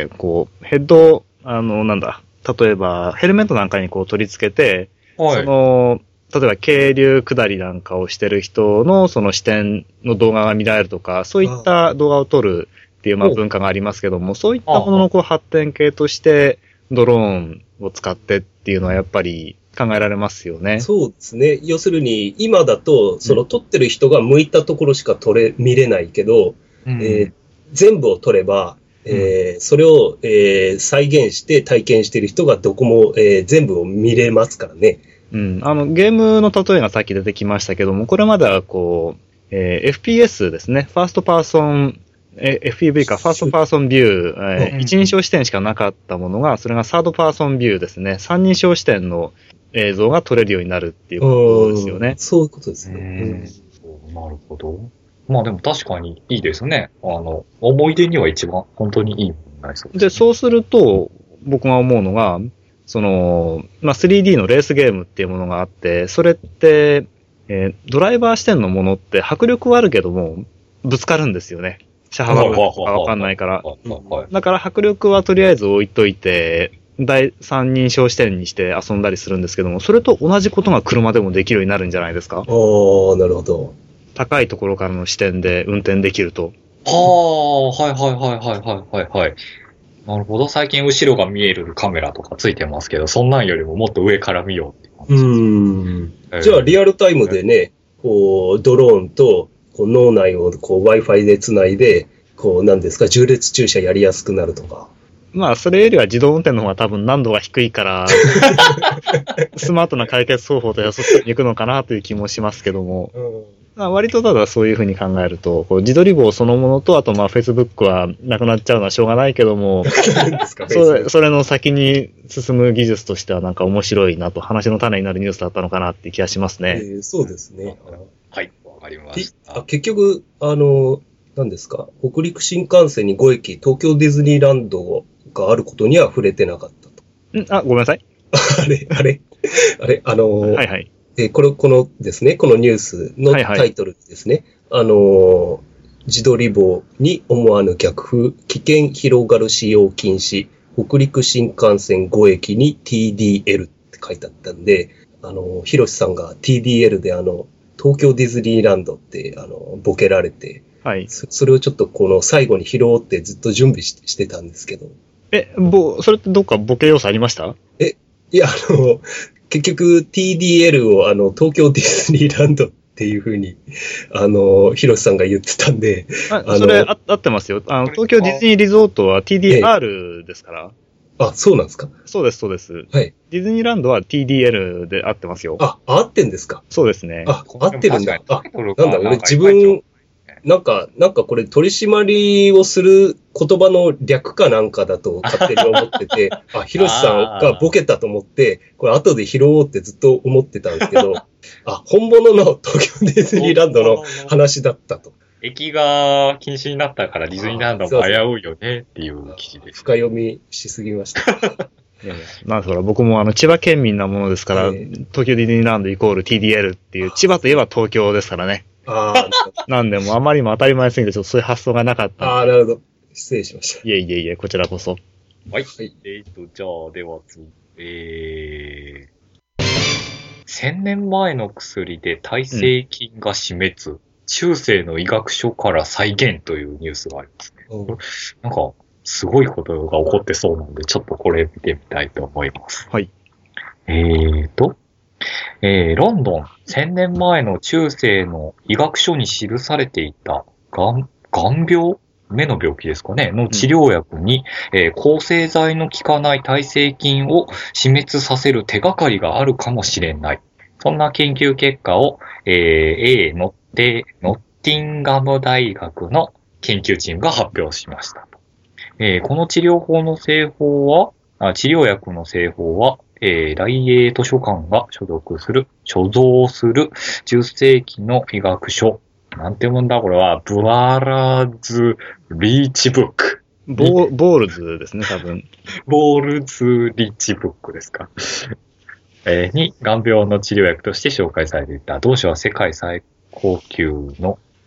こう、ヘッド、あの、なんだ、例えばヘルメットなんかにこう取り付けて、はい、その、例えば渓流下りなんかをしてる人のその視点の動画が見られるとか、そういった動画を撮るっていうまあ文化がありますけども、そういったもののこう発展系としてドローンを使ってっていうのはやっぱり考えられますよね。 そうですね。要するに今だとその撮ってる人が向いたところしか撮れ、見れないけど、うんえー、全部を撮れば、えー、それを、えー、再現して体験している人がどこも、えー、全部を見れますからね。 うん。あの、ゲームの例えがさっき出てきましたけども、これまではこう、えー、エフピーエス ですね。ファーストパーソン、えー、エフピーブイ か、ファーストパーソンビュー、えー、一人称視点しかなかったものが、それがサードパーソンビューですね。三人称視点の映像が撮れるようになるっていうことですよね。 そういうことですね。 うん、なるほど。まあでも確かにいいですね。あの、思い出には一番本当にいいものになりそうです、ね。 で、そうすると、僕が思うのが、その、まあ、スリーディー のレースゲームっていうものがあって、それって、えー、ドライバー視点のものって迫力はあるけども、ぶつかるんですよね。車幅がわかんないから。だから迫力はとりあえず置いといて、第三人称視点にして遊んだりするんですけども、それと同じことが車でもできるようになるんじゃないですか？ ああ、なるほど。 高いところからの視点で運転できると。 はあ、はいはいはいはいはいはいはい。なるほど。最近後ろが見えるカメラとかついてますけど、そんなんよりももっと上から見ようって感じ。 うん。えー、じゃあリアルタイムでね、こう、ドローンとこう脳内をこう Wi-Fi でつないで、こう、なんですか、縦列駐車やりやすくなるとか。 まあ、それよりは自動運転の方が多分難度が低いから、スマートな解決方法と予測に行くのかなという気もしますけども、うんまあ、割とただそういうふうに考えると、こう自撮り棒そのものと、あとまあ Facebook はなくなっちゃうのはしょうがないけども、それ、それの先に進む技術としてはなんか面白いなと、話の種になるニュースだったのかなって気がしますね。 えー、そうですね。 はい、わかりました。 あ結局、あの、何ですか、北陸新幹線にごえき、東京ディズニーランドがあることには触れてなかったと。んあ、ごめんなさい。 あれ、あれ、あれ、あの、 はいはい。 えー、これ、このですね、このニュースのタイトルですね。はいはい、あの、自撮り棒に思わぬ逆風、危険広がる使用禁止、北陸新幹線ごえきに ティーディーエル って書いてあったんで、あの、ヒロシさんが ティーディーエル であの、東京ディズニーランドって、あの、ボケられて、はい。そ, それをちょっとこの最後に拾おうってずっと準備 し, してたんですけど。 え、ぼ、それってどっかボケ要素ありました？ え、いや、あの、結局 ティーディーエル をあの、東京ディズニーランドっていう風に、あの、ヒロシさんが言ってたんで。 あ、あそれあ合ってますよ。あの、東京ディズニーリゾートは ティーディーアール ですから。 あ、そうなんですか？ そうです、そうです。 はい。 ディズニーランドは ティーディーエル で合ってますよ。 あ、合ってんですか？ そうですね。 あ、合ってるんだ。あ、なんだ、俺自分、なんか、なんかこれ取り締まりをする言葉の略かなんかだと勝手に思ってて、あ、ヒロシさんがボケたと思って、これ後で拾おうってずっと思ってたんですけど、あ、本物の東京ディズニーランドの話だったと。 駅が禁止になったからディズニーランドも危ういよねっていう記事です。 深読みしすぎました。いやいやなんですから僕もあの千葉県民なものですから、えー、東京ディズニーランドイコール ティーディーエル っていう、千葉といえば東京ですからね。 ああ。なんでもあまりにも当たり前すぎてちょっとそういう発想がなかった。 ああ、なるほど。失礼しました。 いえいえいえ、こちらこそ。 はい。はい、えっ、ー、と、じゃあ、では次。えー、千年前の薬で耐性菌が死滅、うん、中世の医学書から再現というニュースがありますね。うん、なんか、すごいことが起こってそうなんで、ちょっとこれ見てみたいと思います。 はい。 えーと、えー、ロンドン、千年前の中世の医学書に記されていた、がん、眼病目の病気ですかねの治療薬に、うんえー、抗生剤の効かない耐性菌を死滅させる手がかりがあるかもしれない。そんな研究結果を、えー、A ノッテ、ノッティンガム大学の研究チームが発表しました。えー、この治療法の製法は、あ治療薬の製法は、えー、大英図書館が所属する、所蔵するじゅっせいきの医学書。なんて読むんだこれは、ブワラーズ・リーチブック。 ボー、ボールズですね、多分。 ボールズ・リーチブックですか。えー、に、眼病の治療薬として紹介されていた。同書は世界最高級の、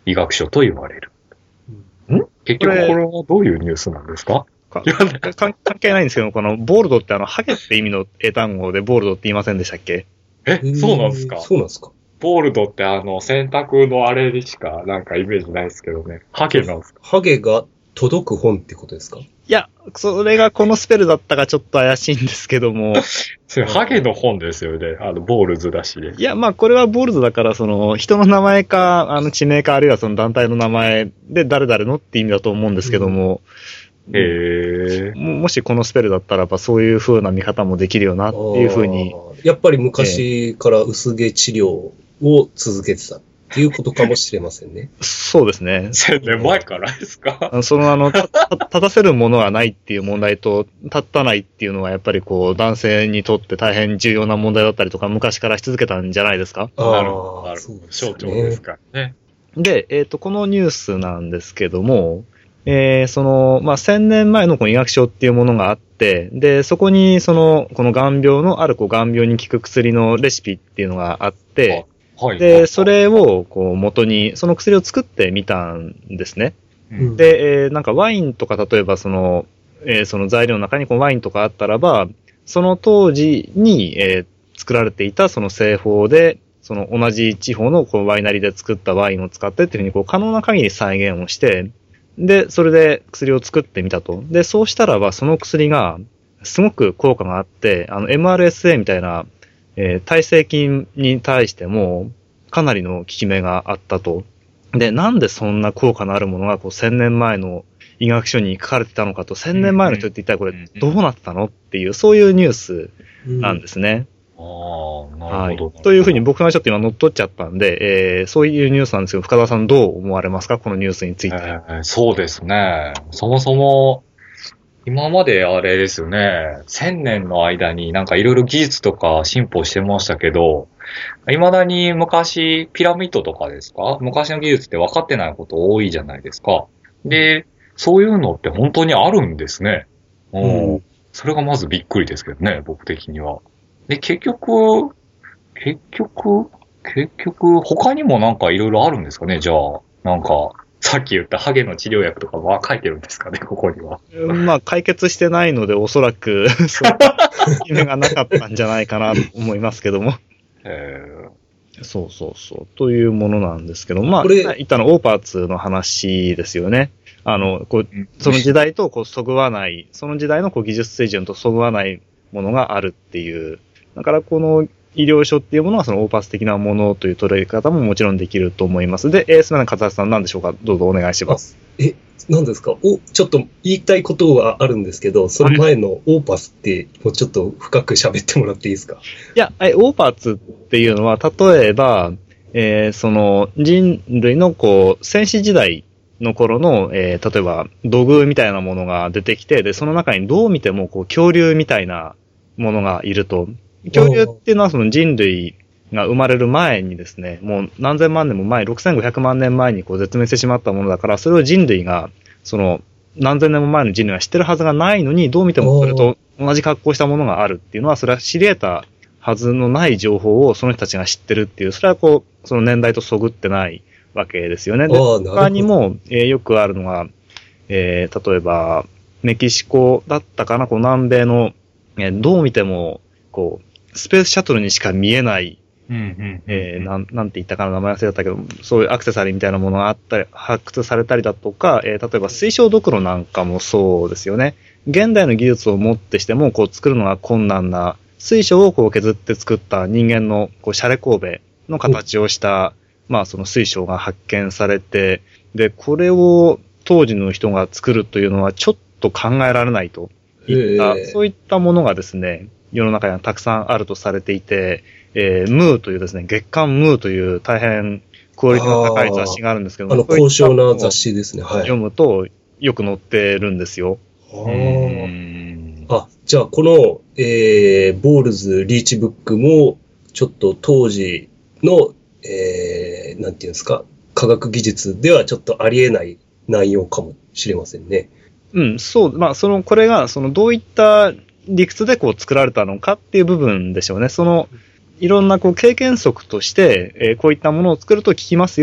医学書と言われる。ん結局これはどういうニュースなんですか？ か関係ないんですけど、このボールドってあの、ハゲって意味の英単語でボールドって言いませんでしたっけ？ え、そうなんですか？ そうなんですか？ ボールドってあの、洗濯のあれにしかなんかイメージないですけどね。ハゲなんですか？ ハゲが届く本ってことですか？ いや、それがこのスペルだったかちょっと怪しいんですけども。 それハゲの本ですよね。あの、ボールズだしで。 いや、まあこれはボールズだから、その、人の名前か、あの、地名か、あるいはその団体の名前で誰々のって意味だと思うんですけども。 うん、へー。 も、もしこのスペルだったらば、そういう風な見方もできるよなっていう風に。 やっぱり昔から薄毛治療を続けてたっていうことかもしれませんね。 そうですね。 せんねんまえからですか？ そのあの、た、た、立たせるものがないっていう問題と、立たないっていうのはやっぱりこう、男性にとって大変重要な問題だったりとか、昔からし続けたんじゃないですか？ なるほど。なるほど。象徴ですからね。 で、えっと、このニュースなんですけども、えー、その、まあ、千年前のこの医学書っていうものがあって、で、そこにその、この眼病の、あるこう眼病に効く薬のレシピっていうのがあって、はい、で、それをこう元に、その薬を作ってみたんですね。うん、で、えー、なんかワインとか例えばその、えー、その材料の中にこうワインとかあったらば、その当時に、えー、作られていたその製法で、その同じ地方のこうワイナリーで作ったワインを使ってっていうふうにこう可能な限り再現をして、で、それで薬を作ってみたと。で、そうしたらばその薬がすごく効果があって、あの エムアールエスエー みたいな、えー、耐性菌に対してもかなりの効き目があったと。で、なんでそんな効果のあるものがこう千年前の医学書に書かれてたのかと、千年前の人って一体これどうなってたのっていう、そういうニュースなんですね。 うん、ああ、なるほど、はい。 というふうに僕がちょっと今乗っ取っちゃったんで、えー、そういうニュースなんですけど、深田さんどう思われますか？このニュースについて。 えー、そうですね。そもそも、今まであれですよね、千年の間になんかいろいろ技術とか進歩してましたけど、未だに昔ピラミッドとかですか？昔の技術って分かってないこと多いじゃないですか。で、そういうのって本当にあるんですね。うん。それがまずびっくりですけどね、僕的には。で、結局、結局、結局、他にもなんかいろいろあるんですかね、じゃあ。なんか、さっき言ったハゲの治療薬とかは書いてるんですかね、ここには。 まあ、解決してないので、おそらく、そう、夢がなかったんじゃないかなと思いますけども。 えー、そうそうそう。というものなんですけど、まあ、言ったのオーパーツの話ですよね。あの、こう、その時代とこう、そぐわない、その時代のこう技術水準とそぐわないものがあるっていう。だから、この、医療書っていうものはそのオーパス的なものという捉え方ももちろんできると思います。で、えー、すみません、勝橋さん何でしょうか？どうぞお願いします。 え、何ですか？お、ちょっと言いたいことはあるんですけど、その前のオーパスってもうちょっと深く喋ってもらっていいですか？ いや、え、オーパスっていうのは、例えば、えー、その人類のこう、戦死時代の頃の、えー、例えば土偶みたいなものが出てきて、で、その中にどう見てもこう、恐竜みたいなものがいると。恐竜っていうのはその人類が生まれる前にですね、もう何千万年も前、ろくせんごひゃくまんねんまえにこう絶滅してしまったものだから、それを人類が、その何千年も前の人類が知ってるはずがないのに、どう見てもそれと同じ格好したものがあるっていうのは、それは知り得たはずのない情報をその人たちが知ってるっていう、それはこう、その年代とそぐってないわけですよね。で、他にも、えー、よくあるのが、えー、例えば、メキシコだったかな、こう南米の、えー、どう見ても、こう、スペースシャトルにしか見えない、 うんうんうん、 えー、なん、なんて言ったかな、名前忘れだったけど、そういうアクセサリーみたいなものがあったり、発掘されたりだとか、えー、例えば水晶ドクロなんかもそうですよね。現代の技術をもってしても、こう作るのが困難な、水晶をこう削って作った人間の、こう、シャレ神戸の形をした、まあその水晶が発見されて、で、これを当時の人が作るというのはちょっと考えられないといった、そういったものがですね、世の中にはたくさんあるとされていて、えー、ムーというですね、月刊ムーという大変クオリティの高い雑誌があるんですけども、 あの、高尚な雑誌ですね。はい。 読むとよく載ってるんですよ。 ああ、じゃあこの、えー、ボールズリーチブックも、ちょっと当時の、えー、なんていうんですか、科学技術ではちょっとありえない内容かもしれませんね。 うん、そう、まあ、その、これが、その、どういった理屈でこう作られたのかっていう部分でしょうね。その、いろんなこう経験則として、えー、こういったものを作ると効きますよっ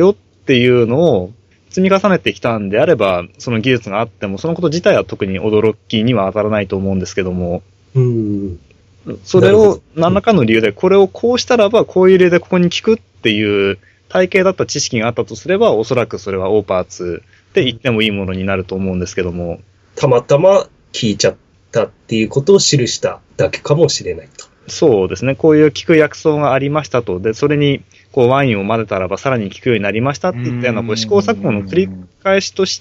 っていうのを積み重ねてきたんであれば、その技術があっても、そのこと自体は特に驚きには当たらないと思うんですけども、 うん。 それを何らかの理由で、これをこうしたらば、こういう理由でここに効くっていう体系だった知識があったとすれば、おそらくそれはオーパーツって言ってもいいものになると思うんですけども。 たまたま聞いちゃったっていうことを記しただけかもしれないと。 そうですね。こういう効く薬草がありましたと。で、それにこうワインを混ぜたらばさらに効くようになりましたっていったようなこう試行錯誤の繰り返しとして、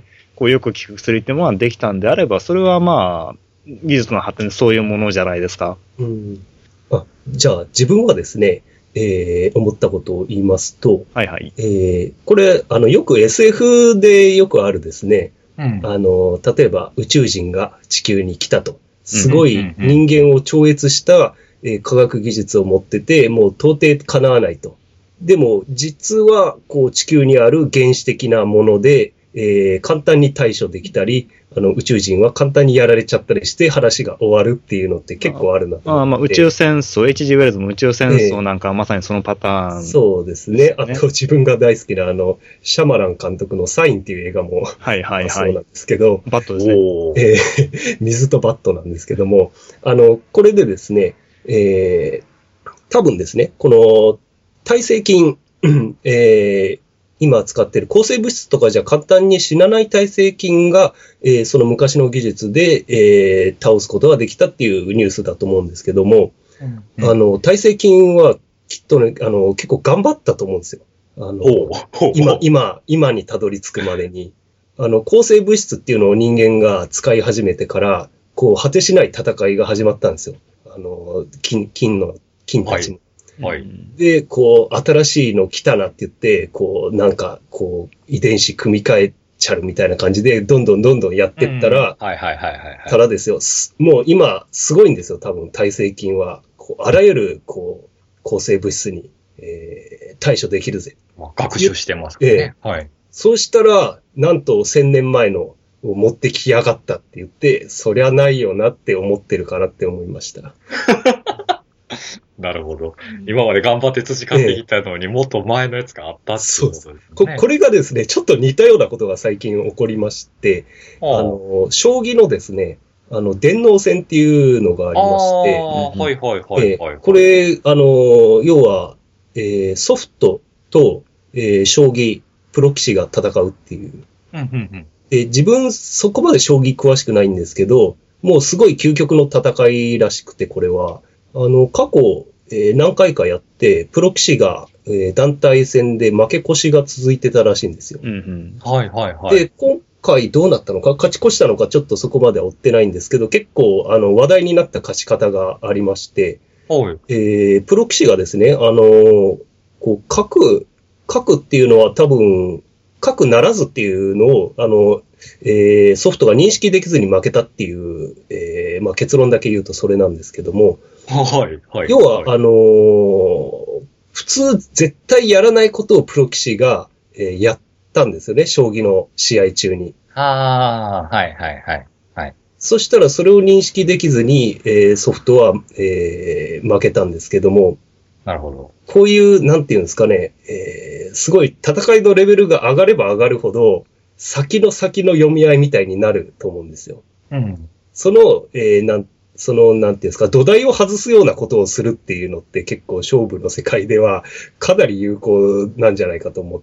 こうよく効く薬っていうものができたんであれば、それはまあ、技術の発展でそういうものじゃないですか。 うん。あ、じゃあ自分はですね、えー、思ったことを言いますと、 はいはい。 えー、これ、あの、よく エスエフ でよくあるですね、うん、あの、例えば宇宙人が地球に来たと。すごい人間を超越した、えー、科学技術を持ってて、もう到底叶わないと。でも、実は、こう、地球にある原始的なもので、えー、簡単に対処できたり、あの、宇宙人は簡単にやられちゃったりして話が終わるっていうのって結構あるなと思って。 ああ、まあ、宇宙戦争、エイチジー ウェルズも宇宙戦争なんかはまさにそのパターン、ね、 そうですね。あと自分が大好きなあの、シャマラン監督のサインっていう映画も、 はいはいはい。 そうなんですけど、 バットですね。 えー、水とバットなんですけども、あの、これでですね、えー、多分ですね、この、耐性菌、えー、今使っている抗生物質とかじゃ簡単に死なない耐性菌が、えー、その昔の技術で、えー、倒すことができたっていうニュースだと思うんですけども、うんうん、あの、耐性菌はきっとね、あの、結構頑張ったと思うんですよ。あの、今、今、今にたどり着くまでに、あの、抗生物質っていうのを人間が使い始めてから、こう、果てしない戦いが始まったんですよ。あの、菌、菌の、菌たちも。はいはい、で、こう、新しいの来たなって言って、こう、なんか、こう、遺伝子組み換えちゃうみたいな感じで、どんどんどんどんやってったら、 はいはいはいはい。 たらですよ。もう今、すごいんですよ、多分、耐性菌は。こうあらゆる、こう、抗生物質に、えー、対処できるぜ。 学習してますね。えー、はい。 そうしたら、なんとせんねんまえのを持ってきやがったって言って、そりゃないよなって思ってるかなって思いました。 なるほど。今まで頑張って培ってきたのに、ええ、もっと前のやつがあったってことですね。 こ, これがですね、ちょっと似たようなことが最近起こりまして、ああの、将棋のですね、あの、電脳戦っていうのがありまして、 ああ、うん、はいはいはい、はい、 えー。これ、あの、要は、えー、ソフトと、えー、将棋、プロ棋士が戦うっていう。 うんうんうんえー、自分、そこまで将棋詳しくないんですけど、もうすごい究極の戦いらしくて、これは。あの、過去、えー、何回かやって、プロ棋士が、えー、団体戦で負け越しが続いてたらしいんですよ。 うんうん、はいはいはい。 で、今回どうなったのか、勝ち越したのかちょっとそこまでは追ってないんですけど、結構、あの、話題になった勝ち方がありまして、 はい。 えー、プロ棋士がですね、あのー、こう、書く、書くっていうのは多分、書くならずっていうのを、あの、えー、ソフトが認識できずに負けたっていう、えー、まあ結論だけ言うとそれなんですけども、 はい、はい。 要は、はい、あのー、普通絶対やらないことをプロ棋士が、えー、やったんですよね、将棋の試合中に。 ああ、はいはいはい。はい。 そしたらそれを認識できずに、えー、ソフトは、えー、負けたんですけども、 なるほど。 こういう、なんていうんですかね、えー、すごい戦いのレベルが上がれば上がるほど、先の先の読み合いみたいになると思うんですよ。 うん。 その、えー、なん、その、なんていうんですか、土台を外すようなことをするっていうのって結構勝負の世界ではかなり有効なんじゃないかと思って、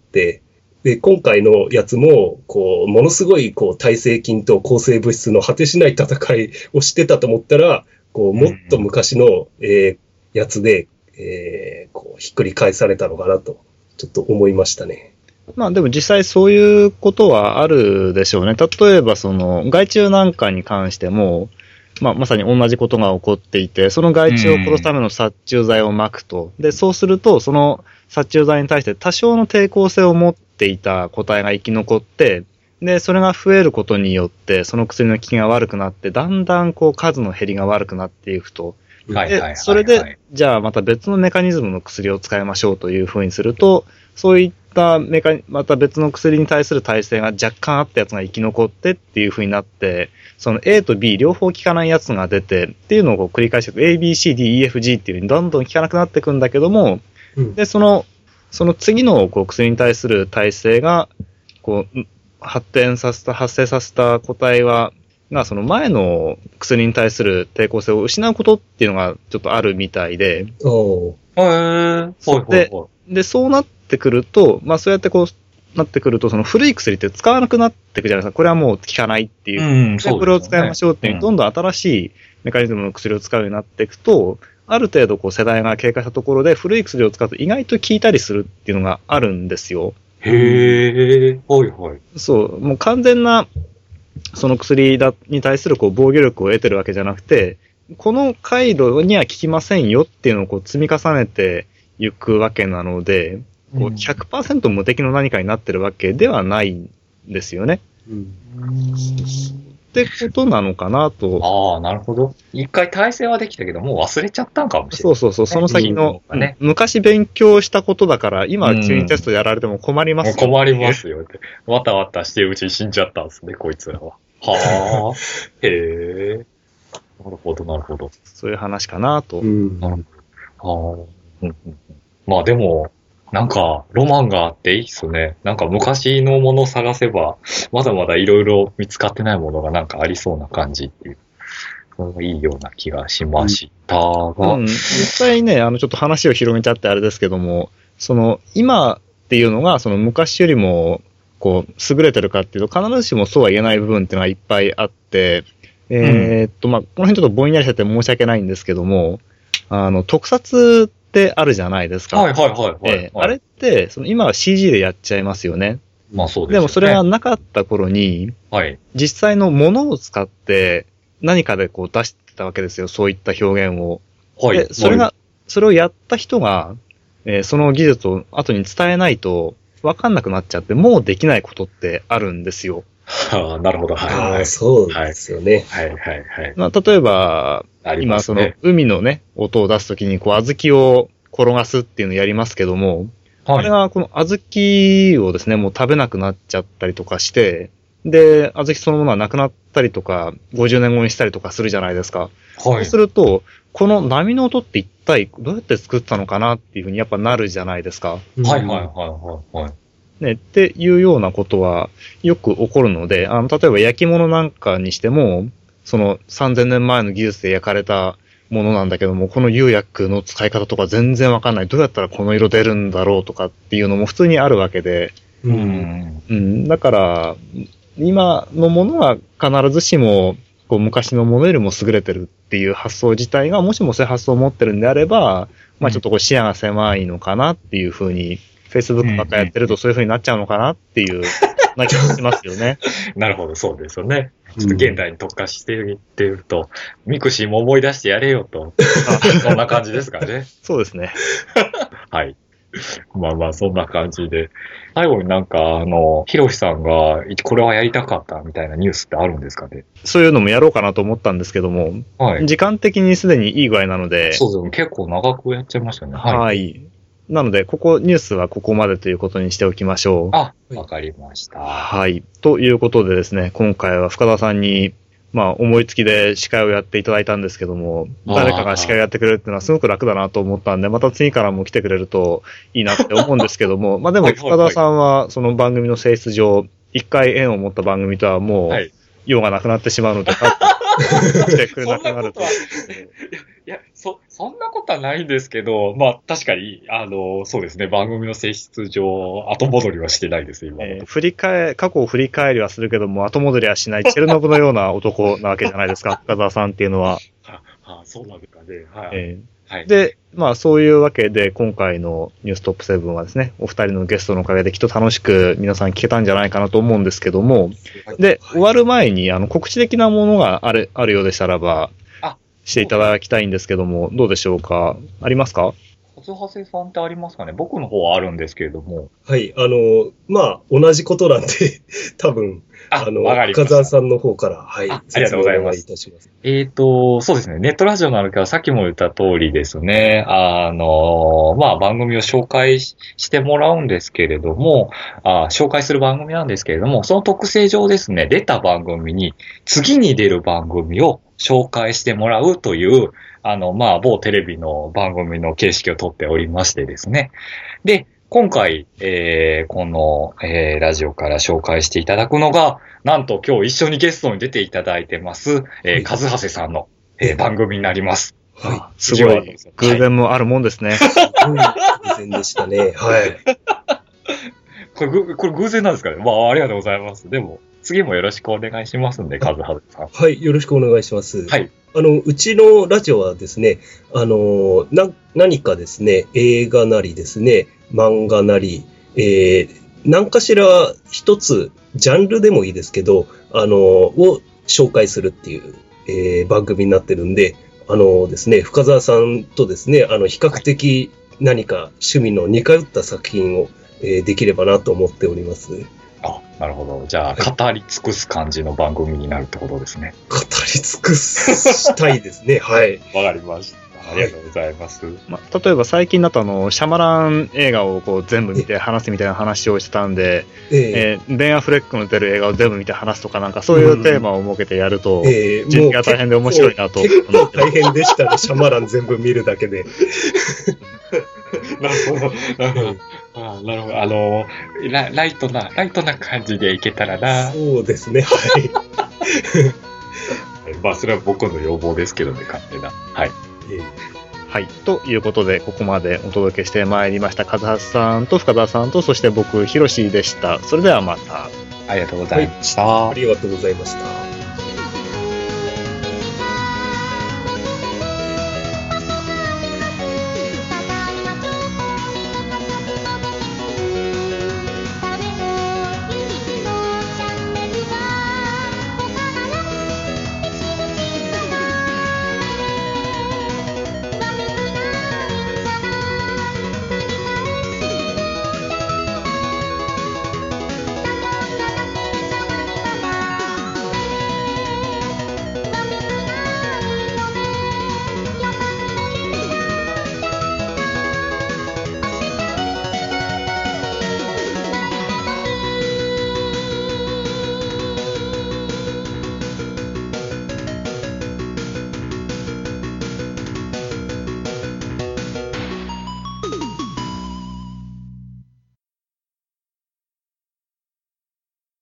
で、今回のやつも、こう、ものすごい、こう、耐性菌と抗生物質の果てしない戦いをしてたと思ったら、こう、もっと昔の、うん、えー、やつで、えー、こう、ひっくり返されたのかなと、ちょっと思いましたね。 まあでも実際そういうことはあるでしょうね。例えばその害虫なんかに関しても、まあまさに同じことが起こっていて、その害虫を殺すための殺虫剤を撒くと。で、そうするとその殺虫剤に対して多少の抵抗性を持っていた個体が生き残って、で、それが増えることによってその薬の効きが悪くなって、だんだんこう数の減りが悪くなっていくと。で、それで、じゃあまた別のメカニズムの薬を使いましょうというふうにすると、そういったメカまた別の薬に対する耐性が若干あったやつが生き残ってっていう風になって、その A と B 両方効かないやつが出てっていうのをこう繰り返していく A、B、C、D、E、F、G っていう風にどんどん効かなくなっていくんだけども、うん、で、そのその次のこう薬に対する耐性が、こう、発展させた、発生させた個体は、が、その前の薬に対する抵抗性を失うことっていうのがちょっとあるみたいで。 おへー。 で、で、そうなってくると、まあそうやってこう、なってくると、その古い薬って使わなくなってくじゃないですか。これはもう効かないっていう。 うん、 で、これを使いましょうっていう、うん、どんどん新しいメカニズムの薬を使うようになっていくと、ある程度こう世代が経過したところで古い薬を使うと意外と効いたりするっていうのがあるんですよ。 へー。はいはい。 そう、もう完全な、その薬だに対するこう防御力を得てるわけじゃなくて、この回路には効きませんよっていうのをこう積み重ねていくわけなので、こう ひゃくパーセント 無敵の何かになってるわけではないんですよね。うん、ってことなのかなと。 ああ、なるほど。一回体制はできたけど、もう忘れちゃったんかもしれない、ね。 そうそうそう、その先の、うんね、昔勉強したことだから、今、チューニングテストやられても困りますよ、 ね。困りますよって。わたわたしてるうちに死んじゃったんですね、こいつらは。はあ。へえ。なるほど、なるほど。 そういう話かなと。 うん、なるほど。はあ。うんうん、まあでも、なんか、ロマンがあっていいっすね。なんか昔のものを探せば、まだまだいろいろ見つかってないものがなんかありそうな感じっていう、それがいいような気がしましたが。 うん、実際ね、あの、ちょっと話を広めちゃってあれですけども、その、今っていうのが、その昔よりも、こう、優れてるかっていうと、必ずしもそうは言えない部分っていうのがいっぱいあって、えー、っと、まあ、この辺ちょっとぼんやりしてて申し訳ないんですけども、あの、特撮ってあるじゃないですか。 はいはいはい、はいえー。あれって、その今は シージー でやっちゃいますよね。 まあそうですね。 でもそれがなかった頃に、はい、実際のものを使って何かでこう出してたわけですよ。そういった表現を。はい。で、それが、はい、それをやった人が、えー、その技術を後に伝えないと分かんなくなっちゃって、もうできないことってあるんですよ。 はあ、なるほど。はい、 はい。ああ、そうですよね。 はい、はい、はい。 まあ、例えば、ね、今、その、海のね、音を出すときに、こう、小豆を転がすっていうのをやりますけども、はい、あれは、この小豆をですね、もう食べなくなっちゃったりとかして、で、小豆そのものはなくなったりとか、ごじゅうねんごにしたりとかするじゃないですか。はい。そうすると、この波の音って一体どうやって作ったのかなっていうふうにやっぱなるじゃないですか。はい、 はい、はい、はい。 ね、っていうようなことはよく起こるので、あの、例えば焼き物なんかにしても、そのさんぜんねんまえの技術で焼かれたものなんだけども、この釉薬の使い方とか全然わかんない。どうやったらこの色出るんだろうとかっていうのも普通にあるわけで。うん。うん。だから、今のものは必ずしも、こう昔のものよりも優れてるっていう発想自体が、もしもそういう発想を持ってるんであれば、まあちょっとこう視野が狭いのかなっていうふうに、Facebook ばっかやってるとそういう風になっちゃうのかなっていう、な気がしますよね。 なるほど、そうですよね。ちょっと現代に特化していってると、うん、ミクシーも思い出してやれよと。そんな感じですかね。 そうですね。 はい。まあまあ、そんな感じで。最後になんか、あの、ヒロシさんが、これはやりたかったみたいなニュースってあるんですかね。 そういうのもやろうかなと思ったんですけども、はい、時間的にすでにいい具合なので。 そうですね。結構長くやっちゃいましたね。 はい。はいなので、ここ、ニュースはここまでということにしておきましょう。 あ、わかりました。 はい。ということでですね、今回は深田さんに、まあ、思いつきで司会をやっていただいたんですけども、誰かが司会をやってくれるっていうのはすごく楽だなと思ったんで、また次からも来てくれるといいなって思うんですけども、まあでも深田さんはその番組の性質上、一回縁を持った番組とはもう、用がなくなってしまうので、来てくれなくなると。 いや、そ、そんなことはないんですけど、まあ確かに、あの、そうですね、番組の性質上、後戻りはしてないです、今、 えー。振り返、過去を振り返りはするけども、後戻りはしない、チェルノブのような男なわけじゃないですか、深澤さんっていうのは。 はあ、そうなんですかね。はい。 えーはい、で、まあそういうわけで、今回のニューストップセブンはですね、お二人のゲストのおかげできっと楽しく皆さん聞けたんじゃないかなと思うんですけども、で、終わる前に、あの、告知的なものがある、あるようでしたらば、していただきたいんですけども、どうでしょうか？ありますか？ 勝長さんってありますかね？僕の方はあるんですけれども。 はい、あの、まあ、同じことなんで、多分、あ, あの、深澤さんの方から、はい、 ありがとうございます。 いたします。 えっ、ー、と、そうですね、ネットラジオなのかさっきも言った通りですね、あの、まあ、番組を紹介 し, してもらうんですけれどもあ、紹介する番組なんですけれども、その特性上ですね、出た番組に、次に出る番組を紹介してもらうという、あの、まあ、某テレビの番組の形式をとっておりましてですね。で、 今回、えー、この、えー、ラジオから紹介していただくのが、なんと今日一緒にゲストに出ていただいてます、えー、和長谷さんの、えー、番組になります。 はい。すごい、偶然もあるもんですね。すごい偶然でしたね。はい。 これ、ぐ、これ偶然なんですかね。まあ、ありがとうございます。でも、次もよろしくお願いしますんで、和長さん。 はい、よろしくお願いします。 はい。 あの、うちのラジオはですね、あの、な、何かですね、映画なりですね、漫画なり、えー、何かしら一つ、ジャンルでもいいですけど、あの、を紹介するっていう、えー、番組になってるんで、あのですね、深澤さんとですね、あの、比較的何か趣味の似通った作品を、えー、できればなと思っております。 あ、なるほど。じゃあ、はい、語り尽くす感じの番組になるってことですね。 語り尽くしたいですね。はい。 わかりました。ありがとうございます。はい、 まあ、例えば最近だとあの、シャマラン映画をこう全部見て話すみたいな話をしてたんで、えー、えー、ベン・アフレックの出る映画を全部見て話すとかなんかそういうテーマを設けてやると、うん、えー、準備が大変で面白いなと。 結構大変でしたね、シャマラン全部見るだけで。 なるほど。なるほど。あ, なるほど。あのラ、ライトな、ライトな感じでいけたらな。 そうですね、はい。 まあ、それは僕の要望ですけどね、勝手な。はい。 はい。ということで、ここまでお届けしてまいりました。和橋さんと深澤さんと、そして僕、ひろしでした。それではまた。 ありがとうございました、 はい。ありがとうございました。